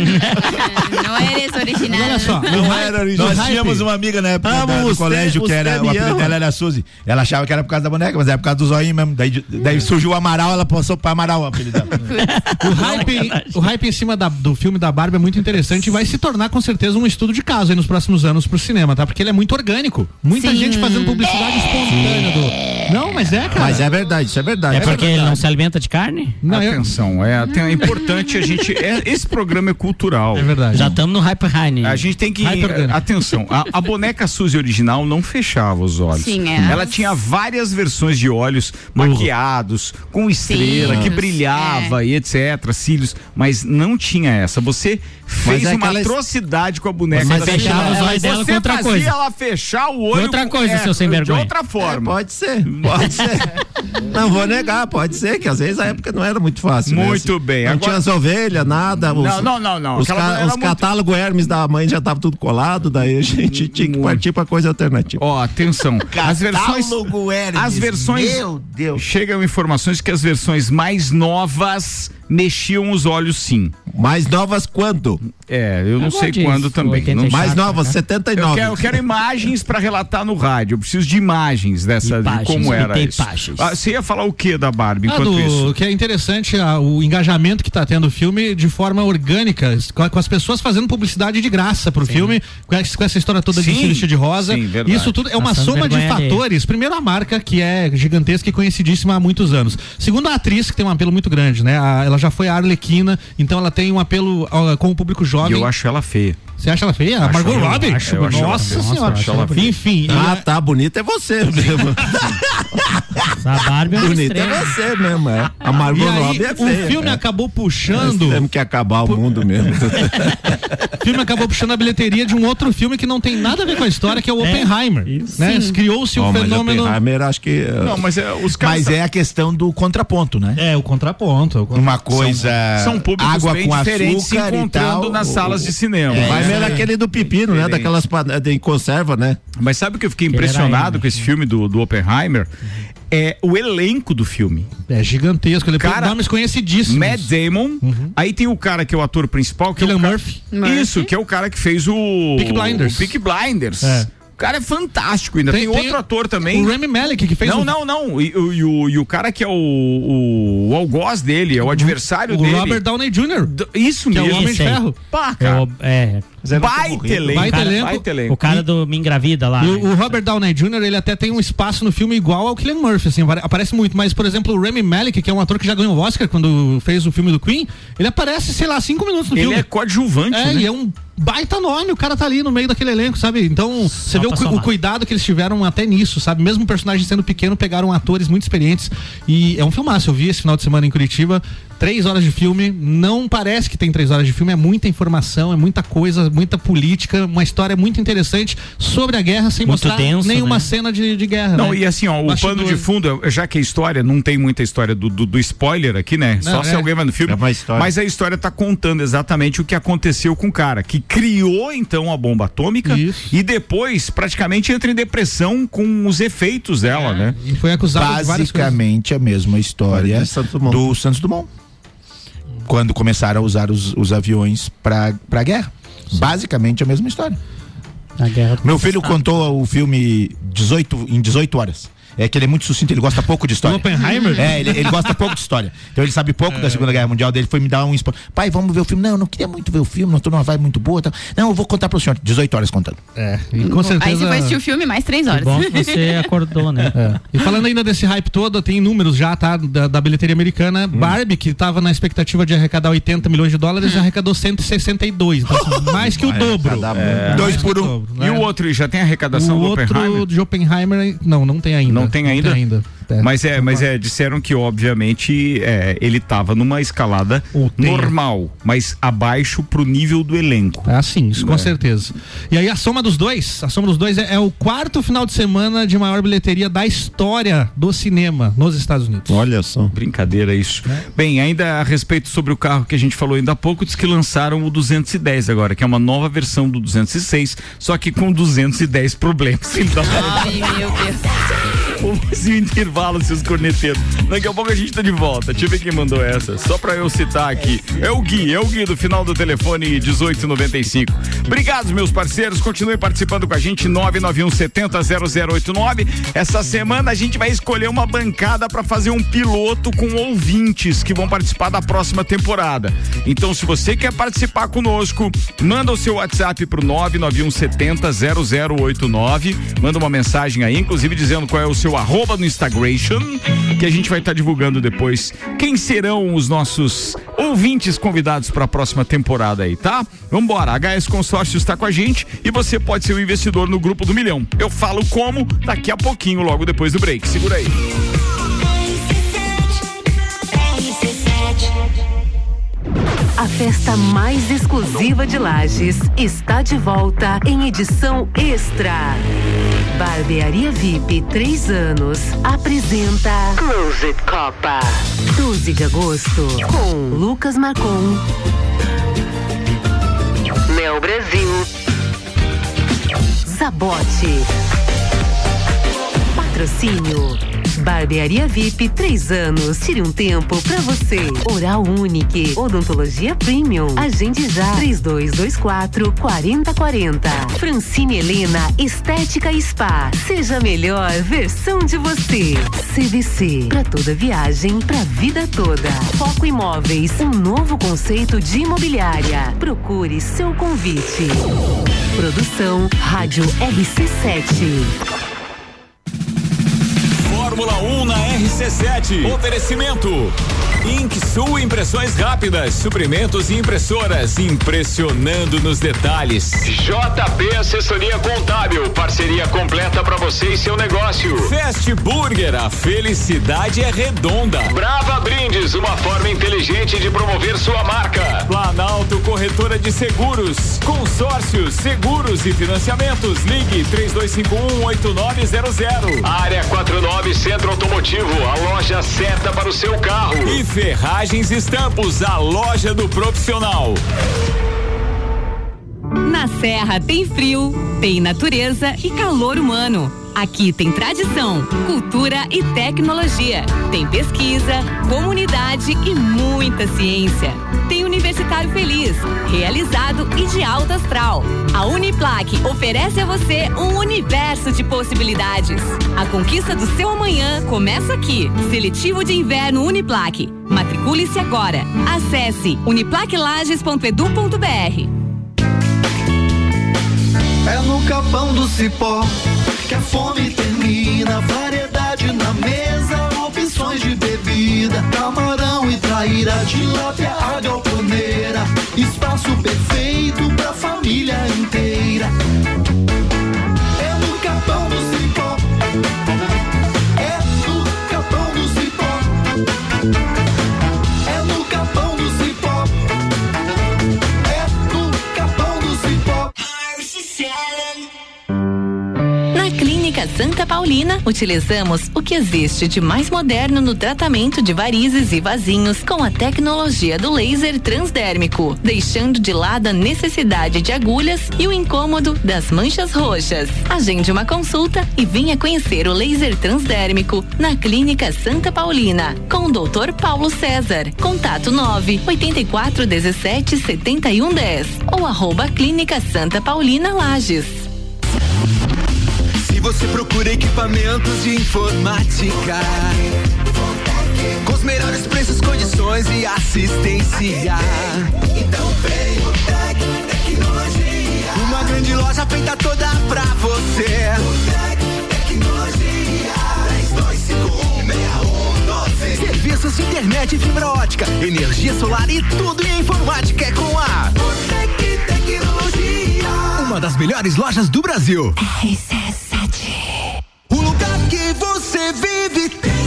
Não era esse original. Olha só. Não era original. Nós tínhamos uma amiga na época Amo da- do os colégio te- que os era, o te me apelido ama. dela era Suzy. Ela achava que era por causa da boneca, mas era por causa do zoinho mesmo. Daí, daí surgiu o Amaral, ela passou pra Amaral o apelido dela. O hype, o hype em cima da- do filme da Barbie é muito interessante e vai se tornar com certeza um estudo de caso aí nos próximos anos pro cinema, tá? Porque ele é muito orgânico. Muita Sim. gente fazendo publicidade espontânea do. Não, mas é, cara. Mas é verdade, isso é verdade. É porque ele não se alimenta de carne? Não, eu- Atenção, é, tem- é importante a gente. É, esse programa é cultural. É verdade. Já estamos no Hype High. A gente tem que. Hype orgânico. Atenção, a, a boneca Suzy original não fechava os olhos. Sim, é. Ela tinha várias versões de olhos maquiados, com estrela, Sim. que brilhava e etcétera, cílios, mas não tinha essa. Você fez Mas é uma aquela- atrocidade com a boneca. Mas Você fechava os olhos dela você com outra fazia coisa. ela fechar o olho. Outra com- coisa, seu sem De vergonha. outra É, forma. pode ser, pode ser. Não vou negar, pode ser, que às vezes a época não era muito fácil. né? Muito Assim, bem, Não agora- tinha as ovelhas, nada. Os, Não, não, não, não. Os, Aquela ca- era os muito- catálogos Hermes da mãe já tava tudo colado, daí a gente tinha que Muito. partir pra coisa alternativa. Ó, atenção. As versões. Catálogo Hermes, As versões. meu Deus. Chegam informações que as versões mais novas mexiam os olhos, sim. Mais novas quando? É, eu não Agora sei diz, quando também. oitenta Não- e Mais Chato, novas, né? setenta e Eu nove. quero, eu quero imagens pra relatar no rádio. Eu preciso de imagens dessa, de Imagens, como me era dê isso. imagens. Ah, você ia falar o que da Barbie Ah, enquanto do- isso? que é interessante ah, o engajamento que tá tendo o filme de forma orgânica, com, a- com as pessoas fazendo publicidade de graça pro filme, com essa, com essa história toda de Sim, se vestir de rosa. sim, verdade. Isso tudo é uma Passando soma de vergonha alheia. fatores. Primeiro, a marca, que é gigantesca e conhecidíssima há muitos anos. Segundo, a atriz, que tem um apelo muito grande, né? A- ela já foi a Arlequina, então ela tem um apelo ah, com o público E jovem. eu acho ela feia. Você acha ela feia? A Acho Margot ela- Robbie? acho- eu acho ela Nossa feia. senhora. Nossa, eu acho ela feia. Enfim. Ah, e- tá, bonita é você mesmo. A Barbie é uma bonita estrela. é você mesmo, é. A E Margot aí, Robbie é feia. o filme é. acabou Nós puxando. temos que acabar o mundo mesmo. O filme acabou puxando a bilheteria de um outro filme que não tem nada a ver com a história, que é o Oppenheimer. isso. Né? Criou-se Ó, o mas fenômeno. Oppenheimer, acho que. uh, Não, mas é, os caras. Mas é a questão do contraponto, né? É, o contraponto. o contra- Uma coisa. São públicos água bem com diferentes se açúcar e encontrando tal. nas salas de cinema. Vai Mas- ver aquele do pepino, né? Daquelas pa- de conserva, né? Mas sabe o que eu fiquei Que era impressionado ele, com esse filme do, do Oppenheimer? É o elenco do filme. É gigantesco. Ele Cara, tem nomes conhecidíssimos. Matt Damon, aí tem o cara que é o ator principal, que é Cillian o ca- Murphy. Murphy. Isso, que é o cara que fez o Peaky Blinders. o Peaky Blinders. É. O cara é fantástico, ainda tem, Tem- tem outro ator também. O Rami Malek, que fez Não, o, não, não. E, o- e o, e o cara que é o, o, o algoz dele, é o adversário o dele. Robert Downey júnior D- Isso que é o mesmo. Homem de Esse aí. Ferro. Pá, É, cara. o- é, Baita elenco. Baita cara, elenco. baita elenco. o cara do Me Engravida lá. E né? o, o Robert Downey júnior, ele até tem um espaço no filme igual ao Cillian Murphy, assim, apare- aparece muito, mas, por exemplo, o Rami Malek, que é um ator que já ganhou o Oscar quando fez o filme do Queen, ele aparece, sei lá, cinco minutos no Ele filme. é coadjuvante, É, né? e é um baita nome, o cara tá ali no meio daquele elenco, sabe? Então, você vê o, pra cu- o somar. cuidado que eles tiveram até nisso, sabe? Mesmo o personagem sendo pequeno, pegaram atores muito experientes. E é um filmaço. Eu vi esse final de semana em Curitiba, três horas de filme. Não parece que tem três horas de filme, é muita informação, é muita coisa, muita política, uma história muito interessante sobre a guerra, sem Muito mostrar denso, nenhuma né? cena de, de guerra. Não, né? e assim, ó, o Bastidores. pano de fundo, já que a história, não tem muita história do, do, do spoiler aqui, né? Não, Só se é. alguém vai no filme. É uma história. Mas a história tá contando exatamente o que aconteceu com o cara, que criou então a bomba atômica Isso. e depois praticamente entra em depressão com os efeitos dela, né? E foi acusado de várias coisas. Basicamente a mesma história De Santos Dumont. do Santos Dumont. Quando começaram a usar os, os aviões pra, pra guerra. Basicamente a mesma história. Na guerra do Meu filho Contestado. contou o filme dezoito, em dezoito horas. É que ele é muito sucinto, ele gosta pouco de O história. Oppenheimer? É, ele, ele gosta pouco de história. Então ele sabe pouco da Segunda Guerra Mundial dele, foi me dar um spoiler. Pai, vamos ver o filme. Não, eu não queria muito ver o filme, não tô numa vibe muito boa. Tal. Não, eu vou contar pro senhor. dezoito horas contando. É, e com certeza. Aí você vai assistir o filme mais três Que horas. bom que você acordou, né? É. E falando ainda desse hype todo, tem números já, tá? Da, da bilheteria americana. Barbie, que tava na expectativa de arrecadar oitenta milhões de dólares, arrecadou cento e sessenta e dois. Então, assim, mais que o Vai dobro. arrecadar É, muito. Dois mais por que o um. dobro, E né? o outro já tem a arrecadação O do outro Oppenheimer? de Oppenheimer, não, não tem ainda. Não tem ainda? É, mas é, mas é, disseram que obviamente é, ele estava numa escalada normal, mas abaixo pro nível do elenco. Ah, sim, isso é. com certeza. E aí a soma dos dois, a soma dos dois é, é o quarto final de semana de maior bilheteria da história do cinema nos Estados Unidos. Olha só. Brincadeira isso. É. Bem, ainda a respeito sobre o carro que a gente falou ainda há pouco, diz que lançaram o duzentos e dez agora, que é uma nova versão do duzentos e seis, só que com duzentos e dez problemas. Então, ai, meu Deus. Vamos em intervalo, seus corneteiros. Daqui a pouco a gente tá de volta. Deixa eu ver quem mandou essa. Só pra eu citar aqui. É o Gui, é o Gui do final do telefone dezoito noventa e cinco. Obrigado, meus parceiros. Continue participando com a gente. nove nove um sete zero zero zero oito nove. Essa semana a gente vai escolher uma bancada pra fazer um piloto com ouvintes que vão participar da próxima temporada. Então, se você quer participar conosco, manda o seu WhatsApp pro nove nove um sete zero zero zero oito nove. Manda uma mensagem aí, inclusive dizendo qual é o seu arroba no Instagram, que a gente vai estar tá divulgando depois quem serão os nossos ouvintes convidados para a próxima temporada aí, tá? Vambora, a H S Consórcio está com a gente e você pode ser um investidor no Grupo do Milhão. Eu falo como daqui a pouquinho, logo depois do break. Segura aí. A festa mais exclusiva de Lages está de volta em edição extra. Barbearia V I P três anos apresenta Closet Copa. doze de agosto com Lucas Marcon, Mel Brasil, Zabote. Patrocínio Barbearia V I P três anos. Tire um tempo pra você. Oral Unique, Odontologia Premium. Agende já. três dois dois quatro, quatro zero quatro zero. Francine Helena, Estética Spa. Seja a melhor versão de você. C V C, pra toda viagem, pra vida toda. Foco Imóveis, um novo conceito de imobiliária. Procure seu convite. Produção Rádio R C sete. Fórmula um na R C sete. Oferecimento InkSul Impressões Rápidas, suprimentos e impressoras, impressionando nos detalhes. J P Assessoria Contábil, parceria completa para você e seu negócio. Fast Burger, a felicidade é redonda. Brava Brindes, uma forma inteligente de promover sua marca. Planalto Corretora de Seguros, consórcios, seguros e financiamentos. Ligue três dois cinco um, oito nove zero zero. Área quarenta e nove Centro Automotivo, a loja certa para o seu carro. E Ferragens Estampos, a loja do profissional. Na Serra tem frio, tem natureza e calor humano. Aqui tem tradição, cultura e tecnologia. Tem pesquisa, comunidade e muita ciência. Tem Universitário Feliz, realizado e de alta astral. A Uniplac oferece a você um universo de possibilidades. A conquista do seu amanhã começa aqui. Seletivo de Inverno Uniplac. Matricule-se agora. Acesse uniplaclages ponto edu ponto br. É no Capão do Cipó que a fome termina, variedade na mesa, opções de bebida, camarão e traíra, tilápia, a galponeira, espaço perfeito pra família inteira. É no Capão do Cipó, é no Capão do Cipó, é no Capão do Cipó, é no Capão do Cipó. Na Clínica Santa Paulina, utilizamos o que existe de mais moderno no tratamento de varizes e vasinhos com a tecnologia do laser transdérmico, deixando de lado a necessidade de agulhas e o incômodo das manchas roxas. Agende uma consulta e venha conhecer o laser transdérmico na Clínica Santa Paulina, com o doutor Paulo César. Contato nove oito quatro um sete sete um um zero ou arroba Clínica Santa Paulina Lages. Se você procura equipamentos de informática com os melhores preços, condições e assistência, então vem o Tec Tecnologia, uma grande loja feita toda pra você. O Tec Tecnologia, três dois cinco um, seis um nove. Serviços de internet e fibra ótica, energia solar e tudo em informática é com a o Tec Tecnologia, uma das melhores lojas do Brasil. R C sete. O lugar que você vive tem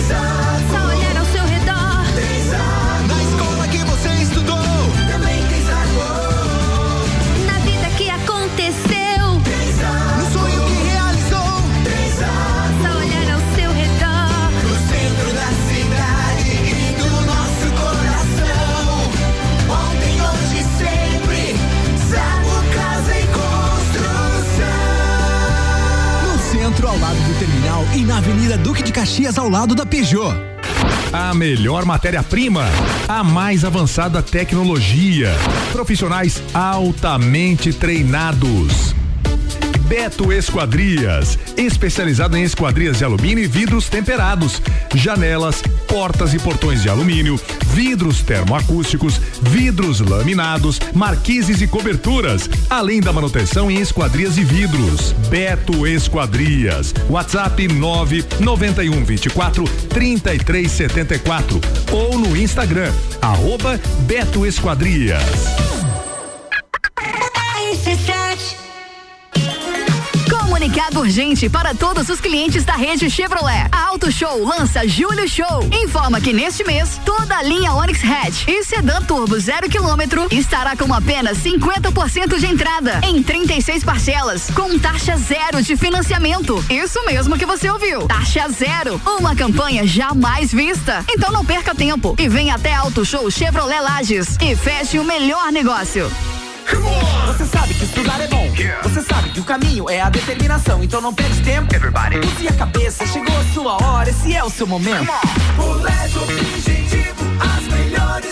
e na Avenida Duque de Caxias, ao lado da Peugeot. A melhor matéria-prima, a mais avançada tecnologia, profissionais altamente treinados. Beto Esquadrias, especializado em esquadrias de alumínio e vidros temperados, janelas, portas e portões de alumínio, vidros termoacústicos, vidros laminados, marquises e coberturas, além da manutenção em esquadrias e vidros. Beto Esquadrias, WhatsApp nove nove um dois quatro, três três sete quatro ou no Instagram, arroba Beto Esquadrias. Comunicado urgente para todos os clientes da rede Chevrolet. A Auto Show lança Julho Show. Informa que neste mês, toda a linha Onix Hatch e Sedan Turbo zero quilômetro estará com apenas cinquenta por cento de entrada em trinta e seis parcelas, com taxa zero de financiamento. Isso mesmo que você ouviu. Taxa zero. Uma campanha jamais vista. Então não perca tempo e venha até a Auto Show Chevrolet Lages e feche o melhor negócio. Você sabe que estudar é bom. Você sabe que o caminho é a determinação. Então não perde tempo. Everybody. Use a cabeça, chegou a sua hora. Esse é o seu momento. Colégio Objetivo, as melhores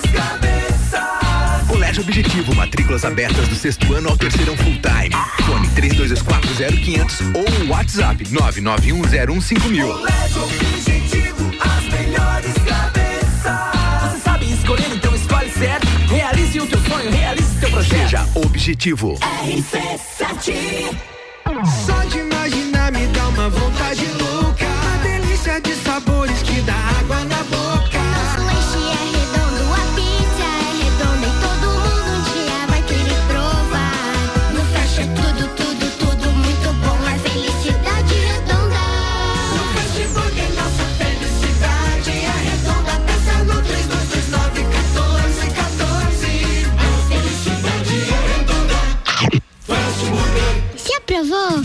cabeças. Colégio Objetivo, matrículas abertas do sexto ano ao terceirão full time. Fone três dois dois quatro zero quinhentos ou WhatsApp nove nove um zero um cinco mil. Colégio Objetivo, as melhores cabeças. Você sabe escolher, então escolhe certo. Realize o teu sonho, realize o teu projeto. Seja Objetivo. R C sete. Só de imaginar me dá uma vontade louca. Uma delícia de sabores que dá água na boca. Nosso lanche é redondo, a pizza é redonda e todo mundo um dia vai querer provar. No Fresh é tudo, tudo, tudo muito bom, a felicidade redonda. No Fast Burger nossa felicidade é redonda. Peça no três dois dois nove um quatro um quatro. A felicidade é redonda. Fast Burger. Se aprovou?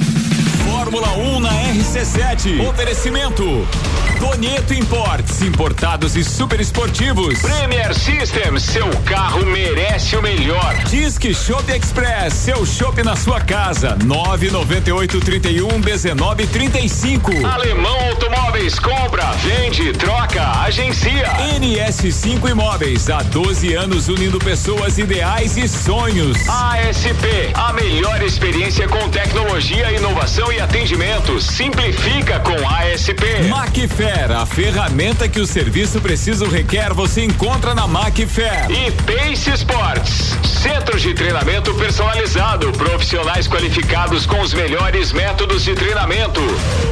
Fórmula um na R C sete. Oferecimento Donieto Imports, importados e super esportivos. Premier Systems, seu carro merece o melhor. Disque Shop Express, seu shopping na sua casa. nove nove oito, trinta e um, dezenove, trinta e cinco. Alemão Automóveis, compra, vende, troca, agencia. N S cinco Imóveis, há doze anos unindo pessoas, ideais e sonhos. A S P, a melhor experiência com tecnologia, inovação e atendimento. Simplifica com A S P. Macfair, a ferramenta que o serviço preciso requer, você encontra na Macfair. E Pace Sports, centro de treinamento personalizado, profissionais qualificados com os melhores métodos de treinamento.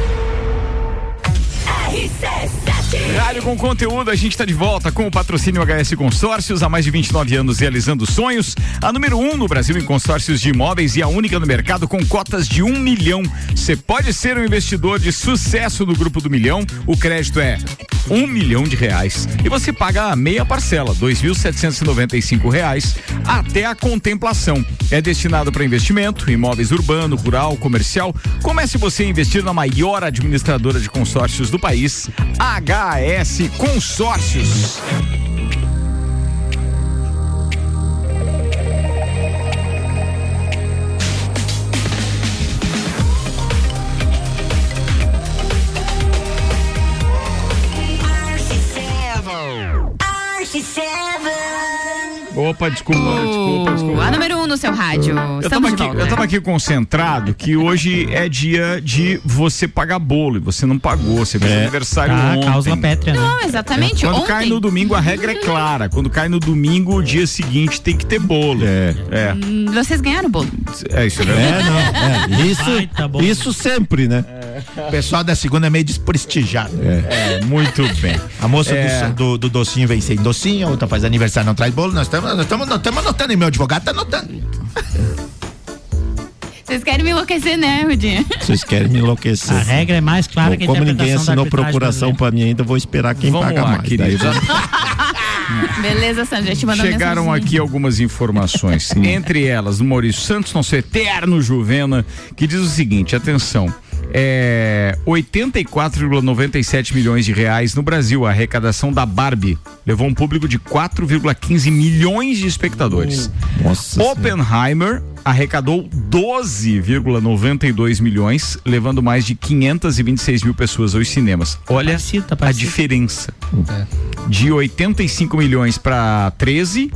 R C sete. Rádio com conteúdo, a gente está de volta com o patrocínio H S Consórcios, há mais de vinte e nove anos realizando sonhos. A número um no Brasil em consórcios de imóveis e a única no mercado com cotas de um milhão. Você pode ser um investidor de sucesso no Grupo do Milhão. O crédito é um milhão de reais e você paga a meia parcela, dois mil setecentos e noventa e cinco reais até a contemplação. É destinado para investimento, imóveis urbano, rural, comercial. Comece você a investir na maior administradora de consórcios do país, H S Consórcios. Opa, desculpa, Oh, desculpa, desculpa. A número um no seu rádio. Eu tava, aqui, eu tava aqui concentrado que hoje é dia de você pagar bolo e você não pagou, você fez É. aniversário Ah, ontem. cláusula pétrea, né? Não, exatamente. Quando Ontem. cai no domingo a regra é clara, quando cai no domingo o dia seguinte tem que ter bolo. É. É, Hum, Vocês ganharam o bolo. é isso, né? É, não. É, isso, Ai, tá bom. isso sempre, né? O pessoal da segunda é meio desprestigiado. É, muito bem. A moça É. do, do, do docinho vem sem docinho, a outra faz aniversário, não traz bolo. Nós estamos nós estamos nós estamos anotando, e meu advogado tá anotando. Vocês querem me enlouquecer, né, Rudinha? Vocês querem me enlouquecer. A regra é mais clara Bom, que a como ninguém interpretação da assinou arbitragem procuração brasileira. pra mim ainda, vou esperar quem Vamos paga lá, mais. queridos. Daí eu- Beleza, Sandra, já te mandando Chegaram mensagem. aqui algumas informações, entre elas do Maurício Santos, nosso eterno Juvena, que diz o seguinte, atenção, é, oitenta e quatro vírgula noventa e sete milhões de reais no Brasil, a arrecadação da Barbie levou um público de quatro vírgula quinze milhões de espectadores. Nossa Oppenheimer arrecadou doze vírgula noventa e dois milhões, levando mais de quinhentas e vinte e seis mil pessoas aos cinemas. Olha parecido, tá a parecido. diferença. É. De oitenta e cinco milhões para treze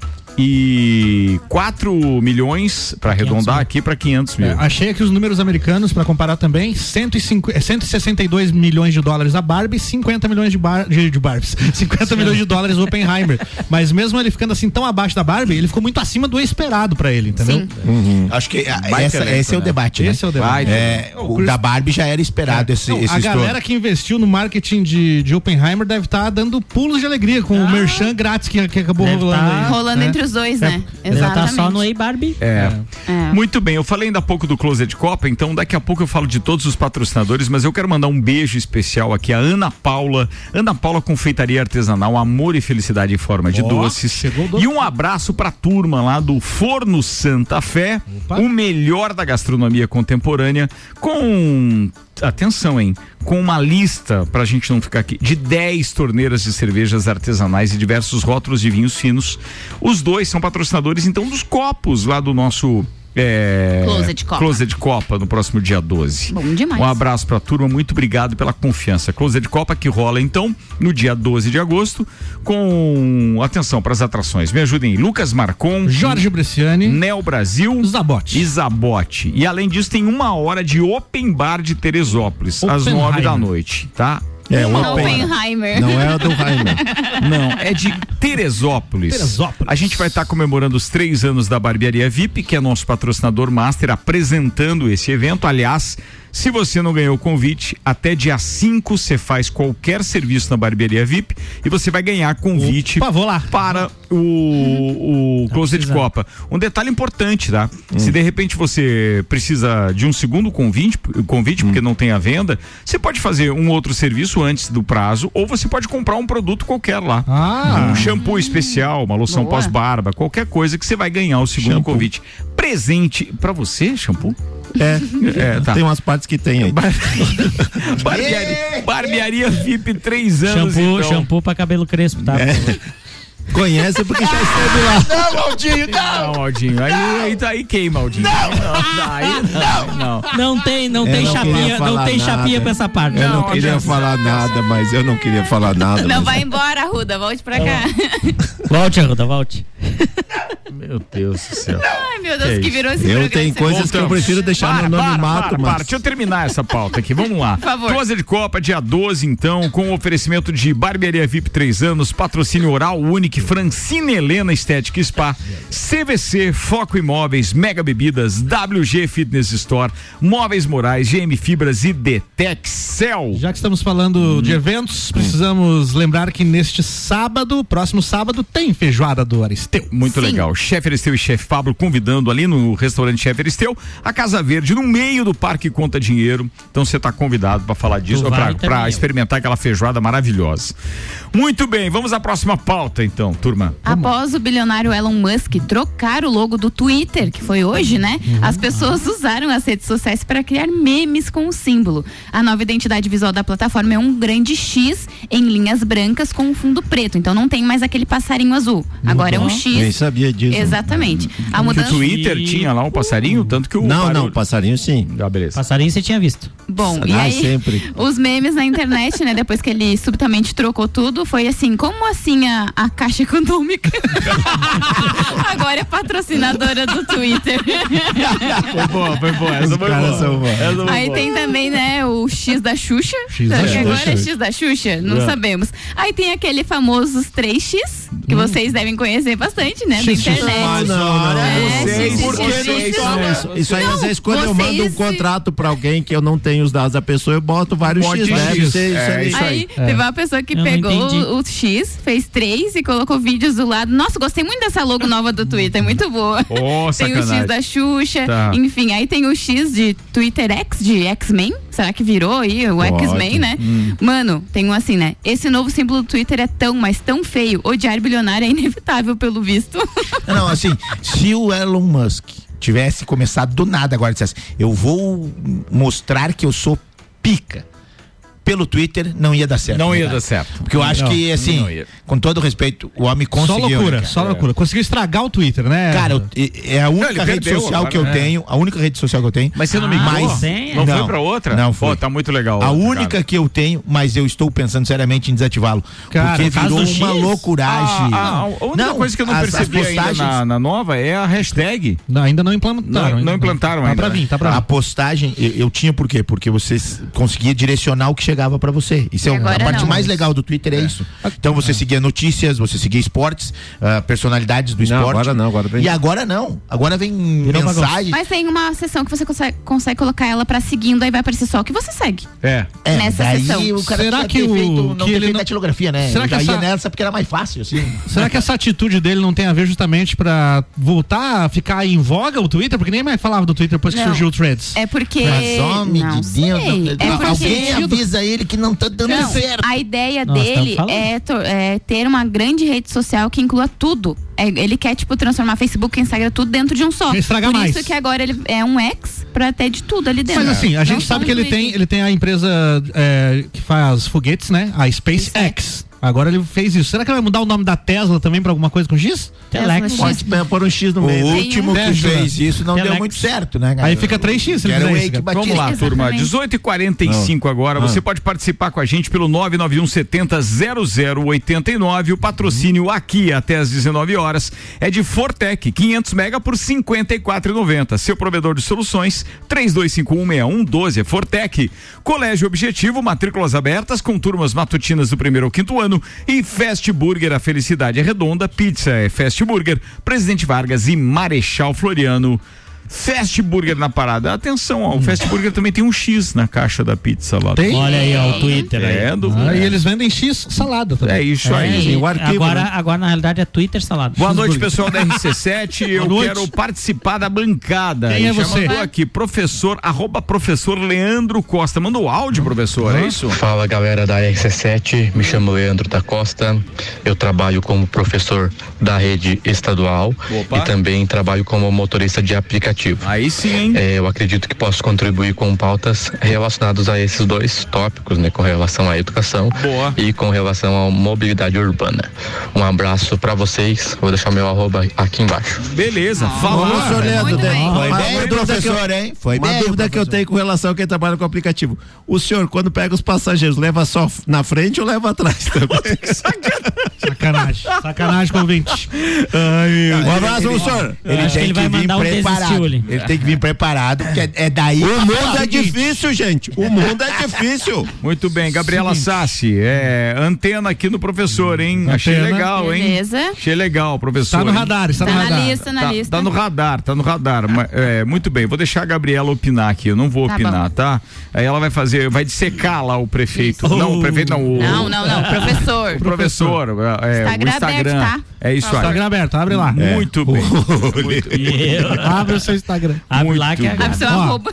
e quatro milhões, para arredondar aqui, para quinhentos mil. É, achei aqui os números americanos para comparar também: cento e cinquenta, cento e sessenta e dois milhões de dólares a Barbie, cinquenta milhões de, bar, de, de Barbies, cinquenta milhões de dólares o Oppenheimer. Mas mesmo ele ficando assim tão abaixo da Barbie, ele ficou muito acima do esperado para ele, entendeu? Sim. Uhum. Acho que a, essa, elenco, esse é o debate, né? Esse é o debate. É, o Chris... da Barbie já era esperado, é. esse, Não, esse A estouro. galera que investiu no marketing de, de Oppenheimer deve estar tá dando pulos de alegria com ah. o merchan grátis que, que acabou deve rolando tá aí. Rolando é. entre os dois, né? É. Exatamente. Tá só no Ei Barbie. É. É. Muito bem, eu falei ainda há pouco do Closet Copa, então daqui a pouco eu falo de todos os patrocinadores, mas eu quero mandar um beijo especial aqui a Ana Paula, Ana Paula Confeitaria Artesanal, amor e felicidade em forma de oh, doces. Do... E um abraço pra turma lá do Forno Santa Fé, Opa. o melhor da gastronomia contemporânea, com... Atenção, hein? Com uma lista, pra gente não ficar aqui, de dez torneiras de cervejas artesanais e diversos rótulos de vinhos finos. Os dois são patrocinadores, então, dos copos lá do nosso... É, Closet Copa. Closet Copa no próximo dia doze. Bom demais. Um abraço pra turma, muito obrigado pela confiança. Closet Copa que rola então no dia doze de agosto com, atenção para as atrações, me ajudem, Lucas Marcon, Jorge Bresciani, Neo Brasil, Zabote. e Zabote. E além disso tem uma hora de Open Bar de Teresópolis, às nove da noite, tá? É, um Oppenheimer. Não é o do Heimer. Não, é de Teresópolis. Teresópolis. A gente vai estar tá comemorando os três anos da Barbearia V I P, que é nosso patrocinador master, apresentando esse evento. Aliás, se você não ganhou o convite, até dia cinco você faz qualquer serviço na Barbearia V I P e você vai ganhar convite Opa, vou lá. para o, o Closet Copa. Um detalhe importante, tá? Hum. Se de repente você precisa de um segundo convite, convite hum. porque não tem a venda, você pode fazer um outro serviço antes do prazo, ou você pode comprar um produto qualquer lá. Ah. Um shampoo especial, uma loção Boa. pós-barba, qualquer coisa que você vai ganhar o segundo shampoo. Convite. Presente pra você, shampoo? É, é tá. Tem umas partes que tem aí. Barbearia, barbearia V I P, três anos. Shampoo, então. shampoo pra cabelo crespo, tá? É. Conhece porque já esteve lá. Não, Maldinho, não! Não, Maldinho, aí, aí, aí queima, Maldinho. Não, não, aí não, não. Não tem, não Eu tem não chapinha, não tem nada. chapinha pra essa parte. Eu não, Não, queria não. falar nada, mas eu não queria falar nada. Não mas... vai embora, Arruda, volte pra cá. Volte, Arruda, volte. Meu Deus do céu. Ai, meu Deus, Que que isso? virou esse Eu programa. tenho coisas que eu prefiro deixar Para, no para, anonimato, para, mas... para. Deixa eu terminar essa pauta aqui, vamos lá. Por favor. Closet Copa, dia doze, então, com o oferecimento de Barbearia V I P três anos, patrocínio Oral Unique, Francine Helena Estética Spa, C V C, Foco Imóveis, Mega Bebidas, W G Fitness Store, Móveis Morais, G M Fibras e Detexcel. Já que estamos falando hum. de eventos, precisamos hum. lembrar que neste sábado, próximo sábado, tem feijoada do Aristeu. Muito Sim. legal. Chefe Aristeu e chefe Pablo convidando ali no restaurante Chefe Aristeu, a Casa Verde, no meio do Parque Conta Dinheiro. Então você está convidado para falar disso, para experimentar aquela feijoada maravilhosa. Muito bem, vamos à próxima pauta então, turma. Após o bilionário Elon Musk trocar o logo do Twitter, que foi hoje, né? Uhum. As pessoas usaram as redes sociais para criar memes com o símbolo. A nova identidade visual da plataforma é um grande X em linhas brancas com um fundo preto. Então não tem mais aquele passarinho azul. Agora é um X. Nem sabia disso. Exatamente. A mudança... O Twitter tinha lá um passarinho, tanto que o... Não, barulho... não, passarinho sim. Ah, beleza. Passarinho você tinha visto. Bom, ah, e aí sempre. os memes na internet, né? Depois que ele subitamente trocou tudo, foi assim, como assim a, a Caixa Econômica agora é patrocinadora do Twitter. Foi boa, foi boa. Essa foi boa. São boa. Essa foi Aí boa. tem também, né, o X da Xuxa. X Será da que Xuxa. agora é X da Xuxa? Não É. sabemos. Aí tem aquele famoso três X, que Hum. vocês devem conhecer bastante, né? Da X, X. internet. Ah, não, não. É, Vocês, X, por X, que X, não X, estão? Isso, isso aí, Não, às vezes, quando eu mando um vocês- contrato pra alguém que eu não tenho os dados da pessoa, eu boto vários Um monte X, de deve X. ser isso É, aí. isso Aí teve uma pessoa que Eu não pegou entendi. o, o X, fez três e colocou vídeos do lado. Nossa, gostei muito dessa logo nova do Twitter, muito boa. Oh, tem o sacanagem. X da Xuxa, Tá. enfim, aí tem o X de Twitter X, de X-Men. Será que virou aí o Pode. X-Men, né? Hum. Mano, tem um assim, né? Esse novo símbolo do Twitter é tão, mas tão feio. Odiar bilionário é inevitável, pelo visto. Não, assim, se o Elon Musk tivesse começado do nada agora e dissesse, eu vou mostrar que eu sou pica. pelo Twitter não ia dar certo. Não né, ia cara? dar certo. Porque eu acho Não, que, assim, com todo respeito, o homem conseguiu. Só loucura, né, só loucura. Conseguiu estragar o Twitter, né? Cara, eu, é a única Não, ele rede perdeu social agora, que eu né? tenho, a única rede social que eu tenho. Mas você não Ah, migrou? mas- Não, não foi pra outra? Não foi. Pô, tá muito legal. A outra, única cara. que eu tenho, mas eu estou pensando seriamente em desativá-lo. Cara, porque no caso virou do uma X? loucuragem. A, a, a única coisa que eu não as- percebi as ainda postagens- na, na nova é a hashtag. Não, ainda não implantaram. Não, ainda não implantaram Tá ainda. pra né? vir, tá pra vir. A postagem, eu, eu tinha por quê? Porque você s- conseguia direcionar o que chegava pra você. Isso é E uma, a agora parte não. mais legal do Twitter, é, isso. Então você seguia notícias, você seguia esportes, ah, personalidades do Não, esporte. agora não, agora vem- E agora não. Agora vem mensagem. Mas tem uma seção que você consegue, consegue colocar ela pra seguindo, aí vai aparecer só o que você segue. É. É, Nessa daí sessão. o cara Será tinha que ter o- feito, não que ter ele feito não- datilografia, né? Será Eu que já ia essa- nessa porque era mais fácil, assim. Será que essa atitude dele não tem a ver justamente pra voltar a ficar em voga o Twitter? Porque nem mais falava do Twitter depois que Não. surgiu o Threads. É porque. Mas, homem não de Deus, sei. não- É porque- alguém avisa ele que não tá dando Não, certo. a ideia Nós dele estamos falando. é, to- é ter uma grande rede social que inclua tudo. É, ele quer, tipo, transformar Facebook e Instagram tudo dentro de um só. Quer estragar Por mais. isso que agora ele é um ex pra ter de tudo ali dentro. Mas assim, a Não gente só sabe um que ele Twitter. tem, ele tem a empresa é, que faz foguetes, né? A SpaceX. Agora ele fez isso. Será que ele vai mudar o nome da Tesla também pra alguma coisa com X? Tesla X. Pode pôr um X no O meio. último que Tesla. fez isso não Telex. deu muito certo, né, cara? Aí fica três X se ele Era o fizer Wake isso, cara. Batista. Vamos lá, turma. Exatamente. dezoito e quarenta e cinco agora. Você pode participar com a gente pelo nove nove um sete zero zero zero oito nove. O patrocínio aqui até às dezenove horas é de Fortec, quinhentos mega por cinquenta e quatro reais e noventa centavos. Seu provedor de soluções, três dois cinco um seis um um doze. É Fortec. Colégio Objetivo, matrículas abertas com turmas matutinas do primeiro ao quinto ano. E Fast Burger, a felicidade é redonda. Pizza é Fast Burger, Presidente Vargas e Marechal Floriano. Fast Burger na parada. Atenção, ó, o Fast Burger também tem um X na caixa da pizza lá. Tem? Olha aí, ó, o Twitter aí. É, do, Ah, é. e eles vendem X salada também. É isso É, aí. e o arquivo, agora, né? agora, na realidade, é Twitter salado. Boa noite, pessoal da R C sete. Eu noite. quero participar da bancada. Quem E é já você? mandou aqui, professor, arroba professor Leandro Costa. Mandou o áudio, professor, é isso? Fala galera da R C sete, me chamo Leandro da Costa, eu trabalho como professor da rede estadual Opa. e também trabalho como motorista de aplicativo. Aí sim, hein? É, eu acredito que posso contribuir com pautas relacionadas a esses dois tópicos, né, com relação à educação Boa. e com relação à mobilidade urbana. Um abraço pra vocês, vou deixar meu arroba aqui embaixo. Beleza, Ô, fala. professor Leandro, Muito né? bem. Foi Uma bem, dúvida professor, que eu- hein? Foi Uma bem, dúvida que eu professor. tenho com relação a quem trabalha com aplicativo. O senhor, quando pega os passageiros, leva só f- na frente ou leva atrás também? Sacanagem. Sacanagem com o ouvinte. Um abraço, senhor. Ele acho que tem ele vai vir mandar um preparado. desistiu ali. Ele tem que vir preparado, porque é, é daí. O mundo Ah, é seguinte, difícil, gente. O mundo é difícil. Muito bem, Gabriela Sassi, é antena aqui no professor, hein? Achei Antena. legal, hein? Beleza. Achei legal, professor. Tá no hein? radar, está Tá no na radar. lista, na Tá, lista. tá no radar, tá no radar. Mas, é, muito bem, vou deixar a Gabriela opinar aqui. Eu não vou Tá opinar, tá? Aí ela vai fazer, vai dissecar lá o prefeito. Isso. Não, o prefeito não. O, Não, não, não, professor. O professor, é, Instagram o Instagram. aberto, tá? É isso aí. Instagram aberto, abre lá. Muito bem. Abre o seu Instagram. Abre lá que é Abre seu Ó. arroba.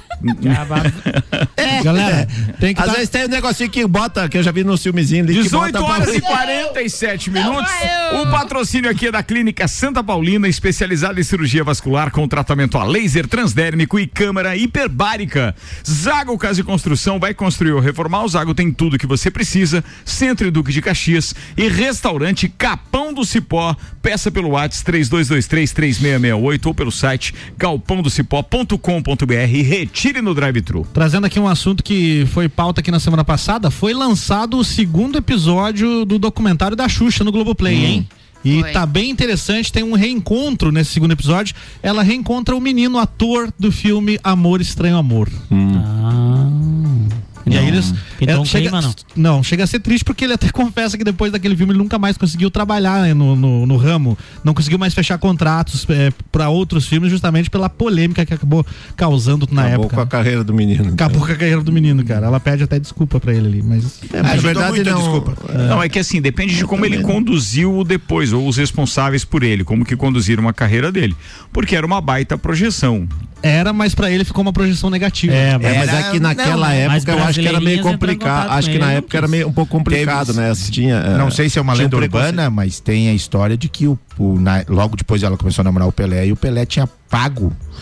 Galera, tem que Às tá- vezes tem um negocinho que bota, que eu já vi no filmezinho ali, que dezoito bota pra- horas e quarenta e sete minutos. O patrocínio aqui é da Clínica Santa Paulina, especializada em cirurgia vascular com tratamento a laser transdérmico e câmara hiperbárica. Zago Casa e Construção vai construir ou reformar. O Zago tem tudo que você precisa. Centro e Duque de Caxias e restaurante Capão do Cipó. Peça pelo WhatsApp três dois dois três, três seis seis oito ou pelo site galpão do cipó ponto com ponto br e retire no drive-thru. Trazendo aqui um assunto que foi pauta aqui na semana passada, foi lançado o segundo episódio do documentário da Xuxa no Globoplay, Hum. hein? E Foi. tá bem interessante, tem um reencontro nesse segundo episódio. Ela reencontra o menino ator do filme Amor Estranho Amor. Ah. E aí eles. Pintou é, um chega, clima, não? não, chega a ser triste porque ele até confessa que depois daquele filme ele nunca mais conseguiu trabalhar, né, no, no, no ramo. Não conseguiu mais fechar contratos é, para outros filmes, justamente pela polêmica que acabou causando na Acabou época. com a carreira do menino. Acabou com a carreira do menino, cara. Ela pede até desculpa pra ele ali, mas. É, mas na Ajudou verdade muito a não. desculpa. Não, é que assim, depende de como ele conduziu o depois, ou os responsáveis por ele, como que conduziram a carreira dele. Porque era uma baita projeção. Era, mas pra ele ficou uma projeção negativa. É, mas Era- é que naquela não, mas época eu acho que era meio brasileirinhas entrou em complicado. contato Acho com que na ele, época não era quis. meio um pouco complicado, Teve- né? Tinha, é, Não sei se é uma tinha um lenda preconceito. urbana, mas tem a história de que o, o- na- logo depois ela começou a namorar o Pelé e o Pelé tinha pago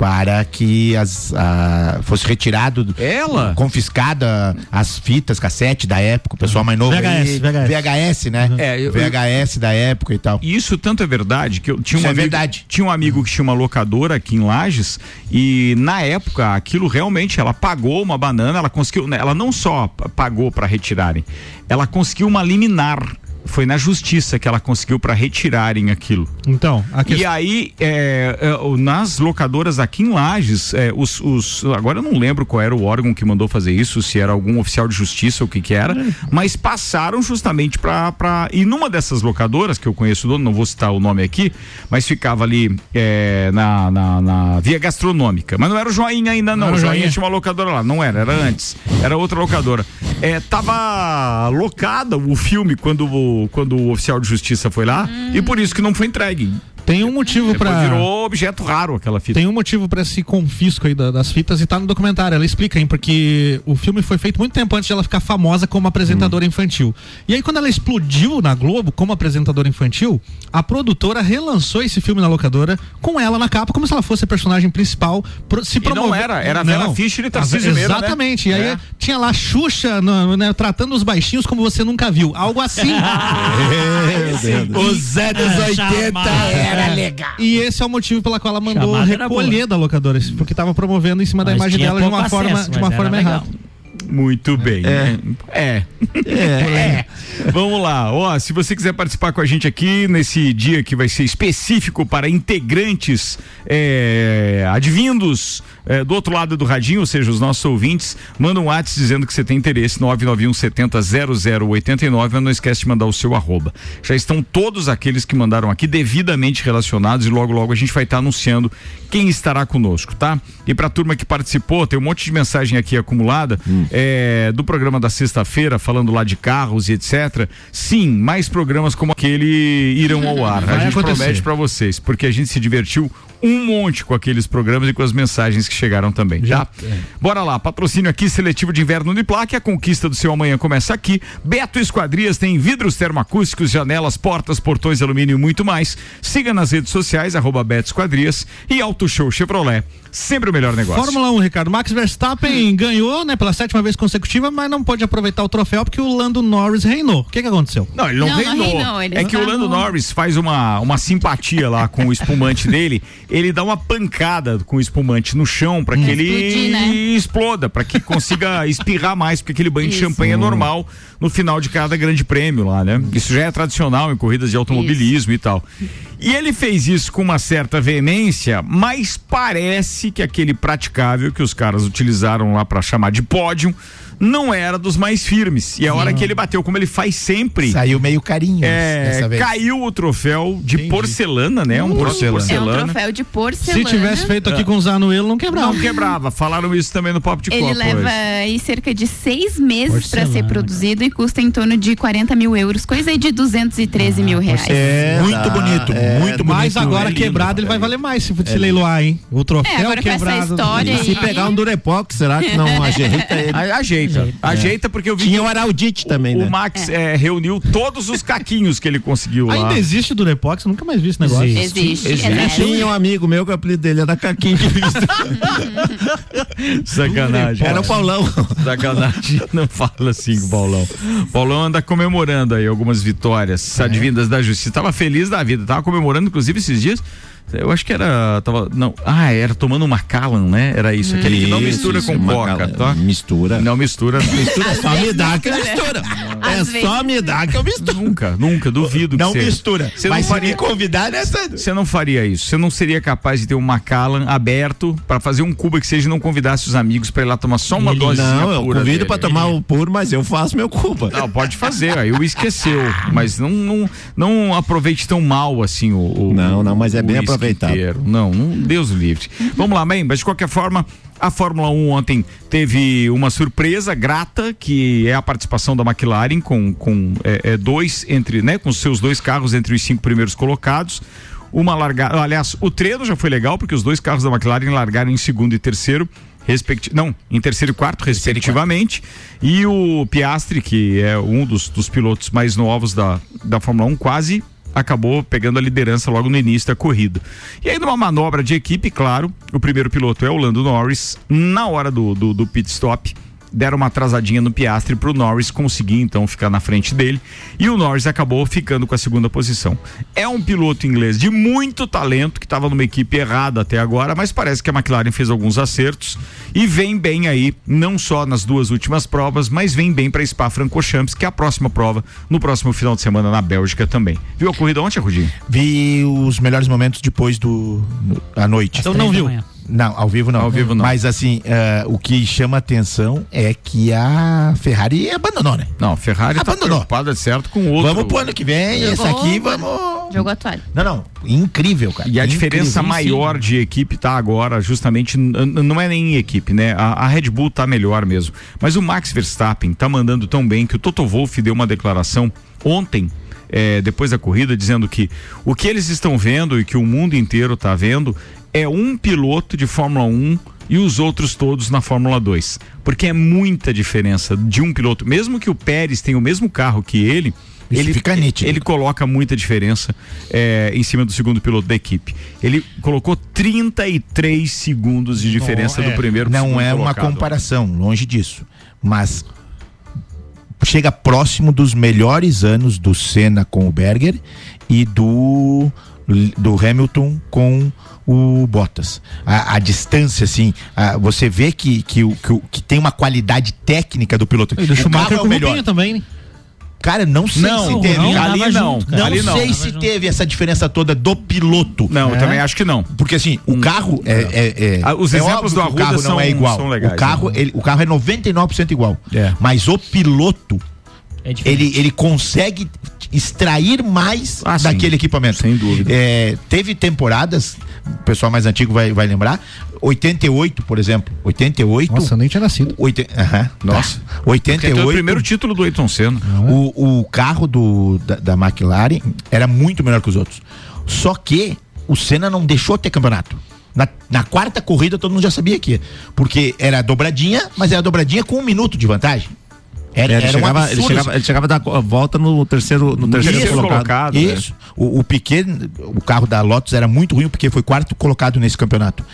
para que as, a, fosse retirado, ela? confiscada as fitas, cassete da época, o pessoal mais novo V H S, aí, V H S. V H S, né? É, eu- V H S da época e tal. E isso tanto é verdade que eu tinha um Isso é amigo, verdade. tinha um amigo que tinha uma locadora aqui em Lages e na época aquilo realmente ela pagou uma banana, ela conseguiu, né, ela não só p- pagou para retirarem, ela conseguiu uma liminar. Foi na justiça que ela conseguiu para retirarem aquilo. Então, a E questão. aí, é, é, o- nas locadoras aqui em Lages, é, os, os- agora eu não lembro qual era o órgão que mandou fazer isso, se era algum oficial de justiça ou o que que era, mas passaram justamente pra, pra. E numa dessas locadoras, que eu conheço o dono, não vou citar o nome aqui, mas ficava ali é, na, na, na via gastronômica. Mas não era o Joinha ainda, não. Não era o o Joinha Joinha. tinha uma locadora lá, não era, era antes. Era outra locadora. É, tava locada o filme quando o quando o oficial de justiça foi lá e por isso que não foi entregue. Tem um motivo Depois pra. virou objeto raro aquela fita. Tem um motivo pra esse confisco aí da- das fitas e tá no documentário. Ela explica, hein? Porque o filme foi feito muito tempo antes de ela ficar famosa como apresentadora infantil. E aí, quando ela explodiu na Globo como apresentadora infantil, a produtora relançou esse filme na locadora com ela na capa, como se ela fosse a personagem principal. pro- Se E não promover- era, era a Vera Não. Fischer e Tarcísio Meira, né? Exatamente. E aí É. tinha lá Xuxa no- né, tratando os baixinhos como você nunca viu. Algo assim. Os anos oitenta era legal. E esse é o motivo pela qual ela mandou Chamada era recolher boa. da locadora, porque tava promovendo em cima da Mas imagem tinha dela de uma pouco forma, acesso, de uma mas forma era errada. legal. Muito bem. É. É. É. Vamos lá. Ó, se você quiser participar com a gente aqui nesse dia que vai ser específico para integrantes é, advindos é, do outro lado do radinho, ou seja, os nossos ouvintes, manda um WhatsApp dizendo que você tem interesse, nove nove um setenta zero zero oitenta e nove, mas não esquece de mandar o seu arroba. Já estão todos aqueles que mandaram aqui devidamente relacionados e logo logo a gente vai estar anunciando quem estará conosco, tá? E pra turma que participou, tem um monte de mensagem aqui acumulada é, do programa da sexta-feira, falando lá de carros e etcétera. Sim, mais programas como aquele irão ao ar. Vai a gente acontecer. promete pra vocês, porque a gente se divertiu um monte com aqueles programas e com as mensagens que chegaram também, tá? Bora lá, patrocínio aqui, seletivo de inverno Uniplac, a conquista do seu amanhã começa aqui. Beto Esquadrias tem vidros termoacústicos, janelas, portas, portões, alumínio e muito mais. Siga nas redes sociais, arroba Beto Esquadrias e Auto Show Chevrolet, sempre o melhor negócio. Fórmula um, Ricardo. Max Verstappen ganhou, né, pela sétima vez consecutiva, mas não pôde aproveitar o troféu porque o Lando Norris reinou. O que que aconteceu? Não, ele não, Não, não reinou. reinou, ele É que o só Lando não- Norris faz uma, uma simpatia lá com o espumante dele. Ele dá uma pancada com o espumante no chão pra que ele Explodir, né? exploda, pra que consiga espirrar mais, porque aquele banho de Isso. champanhe é normal no final de cada grande prêmio lá, né? Isso já é tradicional em corridas de automobilismo e tal. E ele fez isso com uma certa veemência, mas parece que aquele praticável que os caras utilizaram lá pra chamar de pódio não era dos mais firmes. E a hora que ele bateu, como ele faz sempre, Saiu meio carinho é, dessa vez. caiu o troféu de porcelana, né? Um troço de É um porcelana. troféu de porcelana. Se tivesse feito aqui com o Zanuelo, não quebrava. Não quebrava. Falaram isso também no Papo de Ele Copa leva hoje. aí cerca de seis meses para ser Porcelana. produzido e custa em torno de quarenta mil euros, coisa aí de duzentos e treze mil reais. É, Muito tá, bonito, é, muito bonito. Mas agora é lindo, quebrado ele vai valer mais se, se leiloar, hein? O troféu É, agora com essa quebrado. história E se aí- pegar um Durepox, será que não ajeita ele? A- Ajeita. Ajeita porque eu vi Tinha que o Araldite também, né? o Max é, reuniu todos os caquinhos que ele conseguiu lá. Ainda existe o Durepox? Eu nunca mais vi esse negócio. Existe. Existe. Existe. é leve. Tinha um amigo meu que o apelido dele era Caquinho. Sacanagem. Era o Paulão. Sacanagem. Não fala assim com o Paulão. Paulão anda comemorando aí algumas vitórias advindas da justiça. Tava feliz da vida. Tava comemorando, inclusive, esses dias. Eu acho que era. Tava, não. Ah, era tomando uma Macallan, né? Era isso. Aquele que não Isso, mistura isso, com Macallan. coca, tá? Mistura. Não mistura. Mistura, só me dá que eu mistura. É Às só me dá que eu misturo. Nunca, nunca, duvido que Não você- mistura. Você Mas não se faria, me convidar nessa. você não faria isso. Você não seria capaz de ter um Macallan aberto pra fazer um Cuba que seja e não convidasse os amigos pra ir lá tomar só uma Ele- dose. Não, eu pura convido dele. pra tomar o puro, mas eu faço meu Cuba. Não, pode fazer, aí o esqueceu. Mas não, não, não aproveite tão mal assim o. o Não, não, mas é o bem uísque aproveitado. inteiro. Não, não, Deus o livre. Vamos lá, bem, mas de qualquer forma, a Fórmula um ontem teve uma surpresa grata, que é a participação da McLaren com, com é, é, dois entre, né, com seus dois carros entre os cinco primeiros colocados. Uma largada, aliás, o treino já foi legal, porque os dois carros da McLaren largaram em segundo e terceiro. Respecti não, em terceiro e quarto, respectivamente. E o Piastri, que é um dos, dos pilotos mais novos da, da Fórmula um, quase acabou pegando a liderança logo no início da corrida. E aí, numa manobra de equipe, claro, o primeiro piloto é o Lando Norris. Na hora do, do, do pit stop, deram uma atrasadinha no Piastri pro Norris conseguir então ficar na frente dele, e o Norris acabou ficando com a segunda posição. É um piloto inglês de muito talento que estava numa equipe errada até agora, mas parece que a McLaren fez alguns acertos e vem bem aí, não só nas duas últimas provas, mas vem bem para Spa-Francorchamps, que é a próxima prova no próximo final de semana na Bélgica também. Viu a corrida ontem, Rudinho? Vi os melhores momentos depois do no, à noite. Então não viu? Não, ao vivo não. Ao vivo não. Mas assim, uh, o que chama atenção é que a Ferrari abandonou, né? Não, a Ferrari abandonou. Tá preocupada, certo, com outro. Vamos pro ano que vem, esse aqui vamos... Jogou a toalha. Não, não, incrível, cara. E a incrível. diferença maior de equipe tá agora justamente, não é nem em equipe, né? A, a Red Bull tá melhor mesmo, mas o Max Verstappen tá mandando tão bem que o Toto Wolff deu uma declaração ontem, é, depois da corrida, dizendo que o que eles estão vendo e que o mundo inteiro tá vendo é um piloto de Fórmula um e os outros todos na Fórmula dois, porque é muita diferença de um piloto, mesmo que o Pérez tenha o mesmo carro que ele, Isso ele fica nítido. Ele coloca muita diferença é, em cima do segundo piloto da equipe. Ele colocou trinta e três segundos de diferença Não, do é, primeiro pro Não é uma colocado. comparação, longe disso, mas chega próximo dos melhores anos do Senna com o Berger e do do Hamilton com o Bottas. A, a distância, assim, a, você vê que, que, que, que tem uma qualidade técnica do piloto. E do Schumacher é o melhor. também, né? Cara, não sei não, se teve. Não, ali não. Junto, não ali sei não. se teve essa diferença toda do piloto. Não, é. eu também acho que não. Porque assim, o carro é, é, é ah, os é exemplos do o carro Arruda não é igual. São legais, o carro, né? ele, o carro é noventa e nove por cento igual. É. Mas o piloto É ele, ele consegue extrair mais ah, daquele sim. equipamento. Sem dúvida. É, teve temporadas, o pessoal mais antigo vai, vai lembrar, oitenta e oito, por exemplo. oitenta e oito. Nossa, eu nem tinha nascido. oitenta, uh-huh, Nossa. Tá. oitenta e oito. Foi o primeiro título do Ayrton Senna. O, o carro do, da, da McLaren era muito melhor que os outros. Só que o Senna não deixou ter campeonato. Na, na quarta corrida todo mundo já sabia que ia. Porque era dobradinha, mas era dobradinha com um minuto de vantagem. Era, ele, era chegava, um ele, absurdo, chegava, ele chegava da volta no terceiro, no terceiro isso, colocado. colocado Isso. Né? O, o Piquet, o carro da Lotus era muito ruim porque foi quarto colocado nesse campeonato.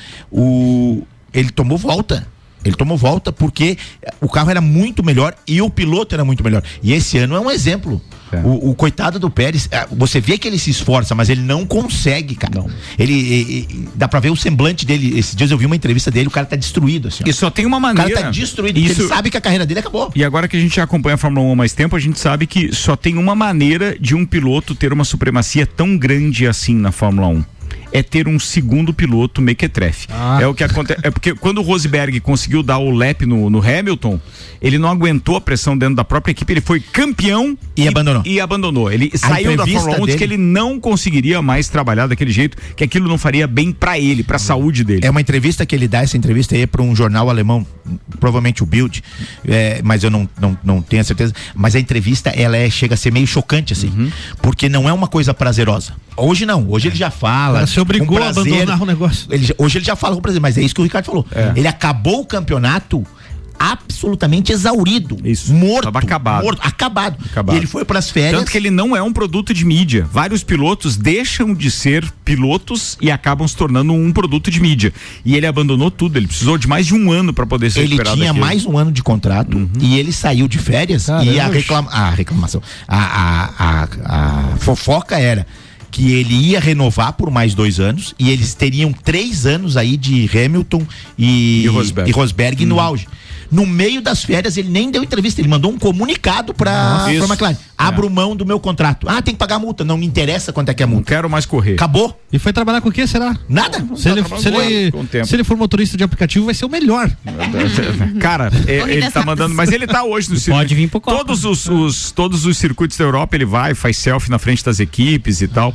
O, ele tomou volta. Ele tomou volta porque o carro era muito melhor e o piloto era muito melhor. E esse ano é um exemplo. É. O, o coitado do Pérez, você vê que ele se esforça, mas ele não consegue, cara. Não. Ele, ele dá pra ver o semblante dele. Esses dias eu vi uma entrevista dele, o cara tá destruído, assim. E só tem uma maneira. O cara tá destruído, Isso... porque ele sabe que a carreira dele acabou. E agora que a gente acompanha a Fórmula um há mais tempo, a gente sabe que só tem uma maneira de um piloto ter uma supremacia tão grande assim na Fórmula um. É ter um segundo piloto mequetrefe. Ah. É o que acontece. É porque quando o Rosberg conseguiu dar o lap no, no Hamilton, ele não aguentou a pressão dentro da própria equipe, ele foi campeão e, e abandonou. E abandonou. Ele a saiu da Fórmula um, disse que ele não conseguiria mais trabalhar daquele jeito, que aquilo não faria bem pra ele, pra saúde dele. É uma entrevista que ele dá, essa entrevista aí é pra um jornal alemão, provavelmente o Bild, é, mas eu não, não, não tenho a certeza. Mas a entrevista, ela é, chega a ser meio chocante, assim, uhum. porque não é uma coisa prazerosa. Hoje não, hoje é. ele já fala. Se obrigou a abandonar o negócio. Ele, hoje ele já fala com prazer, mas é isso que o Ricardo falou. É. Ele acabou o campeonato absolutamente exaurido. Isso. Morto. Tava acabado. Morto, acabado. acabado. E ele foi pras férias. Tanto que ele não é um produto de mídia. Vários pilotos deixam de ser pilotos e acabam se tornando um produto de mídia. E ele abandonou tudo. Ele precisou de mais de um ano para poder ser recuperado. Ele tinha daquilo. mais um ano de contrato uhum. e ele saiu de férias. Caramba. E a, reclama, a reclamação, a, a, a, a fofoca era que ele ia renovar por mais dois anos e eles teriam três anos aí de Hamilton e, e Rosberg, e Rosberg hum. no auge. No meio das férias ele nem deu entrevista, ele mandou um comunicado pra, pra McLaren. Abro é. mão do meu contrato. Ah, tem que pagar a multa. Não me interessa quanto é que é a multa. Não quero mais correr. Acabou. E foi trabalhar com o que, será? Nada. Se ele, se, ele, se ele for motorista de aplicativo, vai ser o melhor. Cara, é, ele tá mandando, mas ele tá hoje no circuito. Pode vir pro Copa. Todos os, os, todos os circuitos da Europa ele vai, faz selfie na frente das equipes e tal.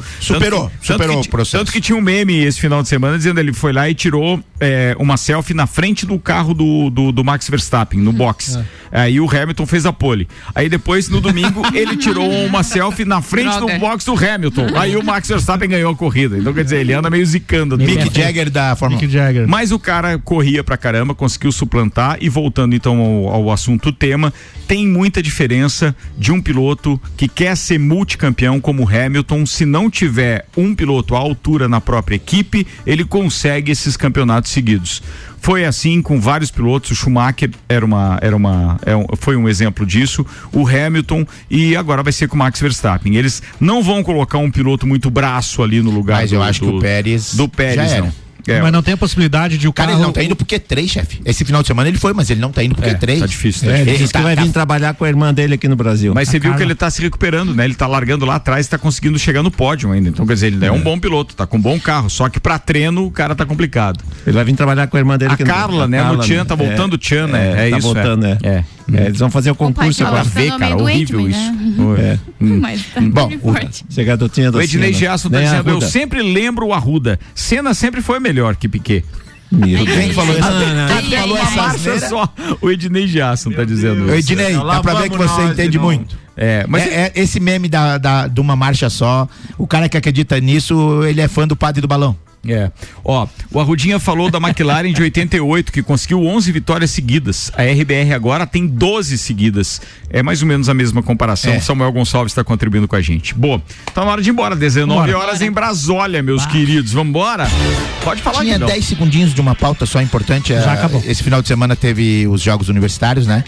Superou, tanto que, superou tanto o que, processo. Tanto que tinha um meme esse final de semana dizendo ele foi lá e tirou é, uma selfie na frente do carro do, do, do Max Verstappen, no box. É. Aí o Hamilton fez a pole. Aí depois, no domingo, ele tirou uma selfie na frente Droga. do box do Hamilton. Aí o Max Verstappen ganhou a corrida. Então, quer dizer, ele anda meio zicando. Mick Jagger da Fórmula Mick Jagger. Mas o cara corria pra caramba, conseguiu suplantar. E voltando então ao, ao assunto tema, tem muita diferença de um piloto que quer ser multicampeão como o Hamilton. Se não tiver um piloto à altura na própria equipe, ele consegue esses campeonatos seguidos. Foi assim com vários pilotos. O Schumacher era uma, era uma, é um, foi um exemplo disso. O Hamilton, e agora vai ser com o Max Verstappen. Eles não vão colocar um piloto muito braço ali no lugar. Mas do, eu acho do, que o Pérez do Pérez já não. era. É, mas não tem a possibilidade de o cara carro... ele não tá indo pro Q três, chefe. Esse final de semana ele foi, mas ele não tá indo pro Q três. Tá difícil, tá É, ele difícil. disse que vai vir trabalhar com a irmã dele aqui no Brasil. Mas A você viu Carla. que ele tá se recuperando, né? Ele tá largando lá atrás e tá conseguindo chegar no pódio ainda. Então, quer dizer, ele é, é um bom piloto, tá com um bom carro. Só que pra treino o cara tá complicado. Ele vai vir trabalhar com a irmã dele A aqui Carla, no né? Carla, No Tchan, tá voltando o Tchan, né? É tá isso. voltando, é. É. É, eles vão fazer o concurso pai agora. tava Ver, no cara, meio do horrível Edmund, isso. né? É. Mas tá Bom, firme e forte. Você garotinha do O Ednei Senna. Giasso tá Nem a dizendo, eu Arruda. sempre lembro o Arruda. Senna sempre foi melhor que Piquet. Meu Quem que falou isso? Quem Quem falou uma essa marcha asneira? só. O Ednei Giasso tá dizendo Ô, isso. Ednei, dá pra ver que você entende muito. É, mas é, é, esse meme da, da, de uma marcha só, o cara que acredita nisso, ele é fã do Padre do Balão. É, ó, o Arrudinha falou da McLaren de oitenta e oito, que conseguiu onze vitórias seguidas. A R B R agora tem doze seguidas. É mais ou menos a mesma comparação. É. Samuel Gonçalves está contribuindo com a gente. Boa, tá na hora de ir embora. dezenove Bora. horas em Brasólia, meus queridos. Vambora? Pode falar, Tinha Guidão. dez segundinhos de uma pauta só importante. Já Ah, acabou. Esse final de semana teve os Jogos Universitários, né?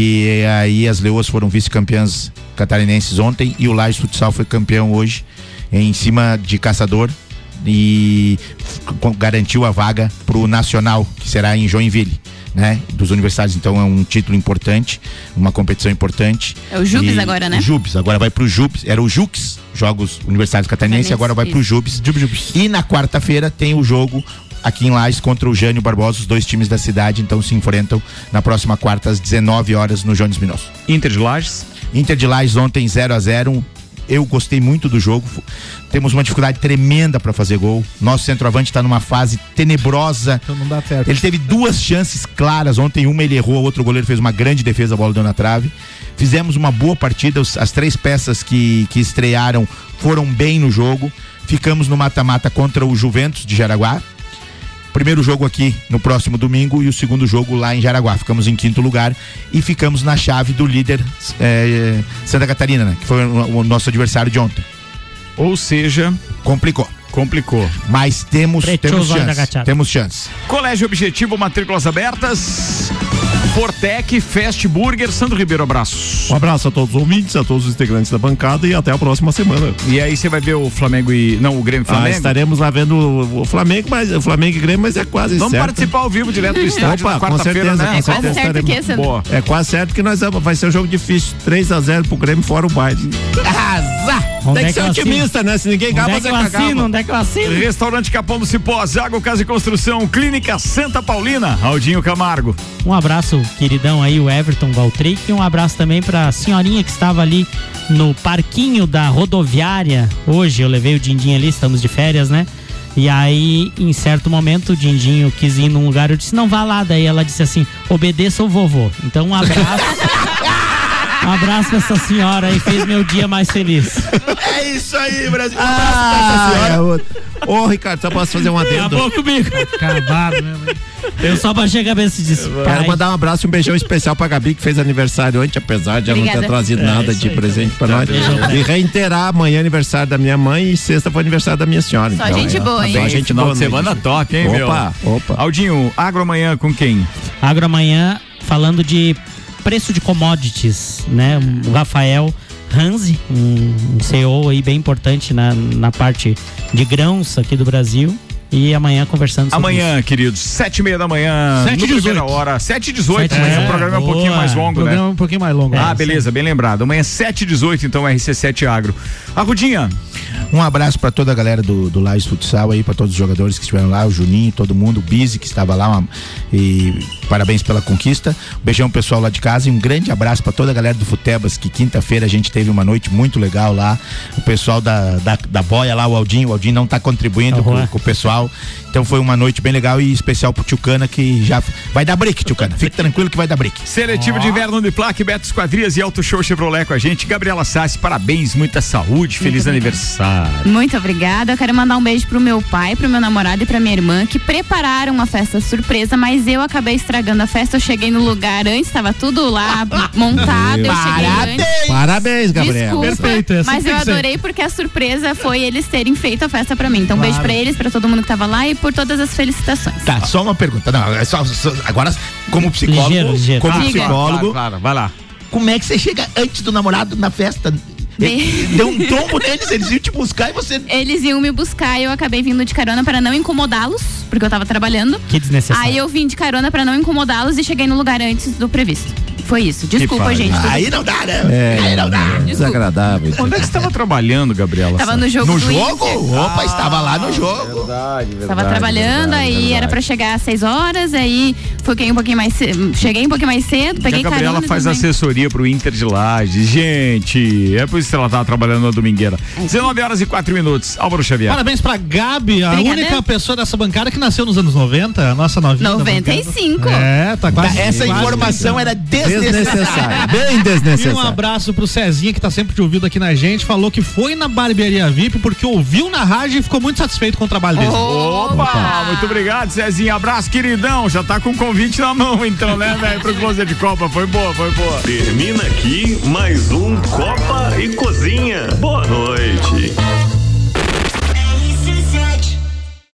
E aí as Leoas foram vice-campeãs catarinenses ontem e o Lages Futsal foi campeão hoje em cima de Caçador e f- garantiu a vaga pro Nacional, que será em Joinville, né? Dos universitários, então é um título importante, uma competição importante. É o Jubes E- agora, né? O Jubes, agora vai pro Jubes, era o Jux, Jogos Universitários Catarinenses, Catarinense, agora vai pro isso. Jubes. E na quarta-feira tem o jogo aqui em Lages contra o Jânio Barbosa, os dois times da cidade, então se enfrentam na próxima quarta às dezenove horas no Jones Minosso. Inter de Lages. Inter de Lages ontem zero a zero. Eu gostei muito do jogo. Temos uma dificuldade tremenda para fazer gol. Nosso centroavante está numa fase tenebrosa. Então não dá certo. Ele teve duas chances claras. Ontem uma ele errou, o outro goleiro fez uma grande defesa, a bola deu na trave. Fizemos uma boa partida. Os- As três peças que, que estrearam foram bem no jogo. Ficamos no mata-mata contra o Juventus de Jaraguá. Primeiro jogo aqui no próximo domingo e o segundo jogo lá em Jaraguá. Ficamos em quinto lugar e ficamos na chave do líder eh, Santa Catarina, né? Que foi o, o nosso adversário de ontem. Ou seja, complicou. Complicou. Mas temos, temos Prechoso ainda chance. agachado. Temos chance. Colégio Objetivo, matrículas abertas. Fortec, Fast Burger, Sandro Ribeiro, abraços. Um abraço a todos os ouvintes, a todos os integrantes da bancada e até a próxima semana. E aí você vai ver o Flamengo e... Não, o Grêmio e Ah, Flamengo? estaremos lá vendo o, o Flamengo, mas o Flamengo e Grêmio, mas é quase Vamos certo. participar ao vivo direto do estádio Opa, na com quarta-feira, certeza, né? com certeza quase certo estaremos. que esse- Boa. É quase certo que nós vamos, vai ser um jogo difícil, três a zero pro Grêmio fora o baile. Arrasar! Onde Tem é que que ser eu otimista, né? Se ninguém Onde gaba, é que você eu assino? cagava. Onde é que eu assino? Restaurante Capão do Cipó, Zago Casa e Construção, Clínica Santa Paulina, Aldinho Camargo. Um abraço, queridão aí, o Everton Valtric, e um abraço também pra senhorinha que estava ali no parquinho da rodoviária. Hoje eu levei o Dindinho ali, estamos de férias, né? E aí, em certo momento, o Dindinho quis ir num lugar, eu disse, não vá lá. Daí ela disse assim, obedeça o vovô. Então um abraço. Um abraço pra essa senhora aí, fez meu dia mais feliz. É isso aí, Brasil. Um Ah, Ô, Ricardo, só posso fazer um adendo? Acabou comigo. Acabado mesmo. hein? Eu só baixei a cabeça e disse, Quero pai, mandar um abraço e um beijão especial pra Gabi, que fez aniversário ontem, apesar de ela não ter Obrigada. trazido É, nada isso de aí, presente pra nós. Beijão pra E reiterar, amanhã é aniversário da minha mãe e sexta foi aniversário da minha senhora. Só Então, gente é, boa, hein? Só Bem, gente final boa. de né, semana gente? top, hein, meu? Opa, opa. Aldinho, agro amanhã com quem? Agro amanhã, falando de preço de commodities, né? O Rafael Hanzi, um, um C E O aí bem importante na, na parte de grãos aqui do Brasil. E amanhã conversando sobre Amanhã, queridos, sete e meia da manhã, Sete no e dezoito. primeira hora, sete e dezoito, Sete- mas é, o programa é um pouquinho boa. mais O longo, programa né? é um pouquinho mais longo. Ah, né? beleza, bem lembrado. Amanhã sete e dezoito, então, R C sete Agro. Arrudinha, Um abraço pra toda a galera do, do Lages Futsal aí, pra todos os jogadores que estiveram lá, o Juninho, todo mundo, o Bizi que estava lá, uma, e parabéns pela conquista. Beijão pessoal lá de casa e um grande abraço pra toda a galera do Futebas, que quinta-feira a gente teve uma noite muito legal lá. O pessoal da, da, da boia lá, o Aldinho, o Aldinho não tá contribuindo uhum. com, com o pessoal. Então foi uma noite bem legal e especial pro Tio Cana, que já vai dar break, Tio Cana. Fique tranquilo que vai dar break. Seletivo oh. de inverno Uniplac, Beto Esquadrias e Auto Show Chevrolet com a gente. Gabriela Sassi, parabéns, muita saúde, feliz muito aniversário. Obrigada. Muito obrigada. Eu quero mandar um beijo pro meu pai, pro meu namorado e pra minha irmã, que prepararam uma festa surpresa, mas eu acabei estragando a festa. Eu cheguei no lugar antes, tava tudo lá montado. Eu cheguei Parabéns. antes. Parabéns, Gabriela. Desculpa, Perfeito, é assim mas que eu tem que adorei ser. porque a surpresa foi eles terem feito a festa pra mim. Então, Claro. beijo pra eles, pra todo mundo que tava lá e por todas as felicitações. Tá, só uma pergunta. Não, é só, só- agora, como psicólogo, Ligeiro, ligeiro. como Diga. psicólogo, Claro, claro, vai lá. como é que você chega antes do namorado na festa? Ele deu um tombo neles, eles iam te buscar e você. Eles iam me buscar e eu acabei vindo de carona para não incomodá-los, porque eu tava trabalhando. Que desnecessário. Aí eu vim de carona para não incomodá-los e cheguei no lugar antes do previsto. Foi isso. Desculpa, Que gente. tudo Aí bem. não dá, né? É, Aí não dá. desagradável. isso. Onde é que você estava trabalhando, Gabriela? Tava no jogo No do jogo? Inter. Opa, estava lá no jogo. Verdade, verdade. Tava trabalhando, verdade, aí verdade. era pra chegar às seis horas, aí fiquei um pouquinho mais cedo, cheguei um pouquinho mais cedo, Porque peguei a Gabriela carona. faz tudo bem. assessoria pro Inter de Lages. Gente, é por isso que ela tava trabalhando na domingueira. dezenove horas e quatro minutos. Álvaro Xavier. Parabéns pra Gabi, a Obrigada. única pessoa dessa bancada que nasceu nos anos noventa, a nossa novinha. da noventa e bancada. cinco. É, tá quase. Essa quase informação era desnecessária. Desnecessário. Bem E um desnecessário. abraço pro Cezinha, que tá sempre de ouvido aqui na gente. Falou que foi na barbearia V I P porque ouviu na rádio e ficou muito satisfeito com o trabalho dele. Opa, muito obrigado, Cezinha. Abraço, queridão. Já tá com o convite na mão, então, né, velho? Pro Closet de Copa. Foi boa, foi boa. Termina aqui mais um Copa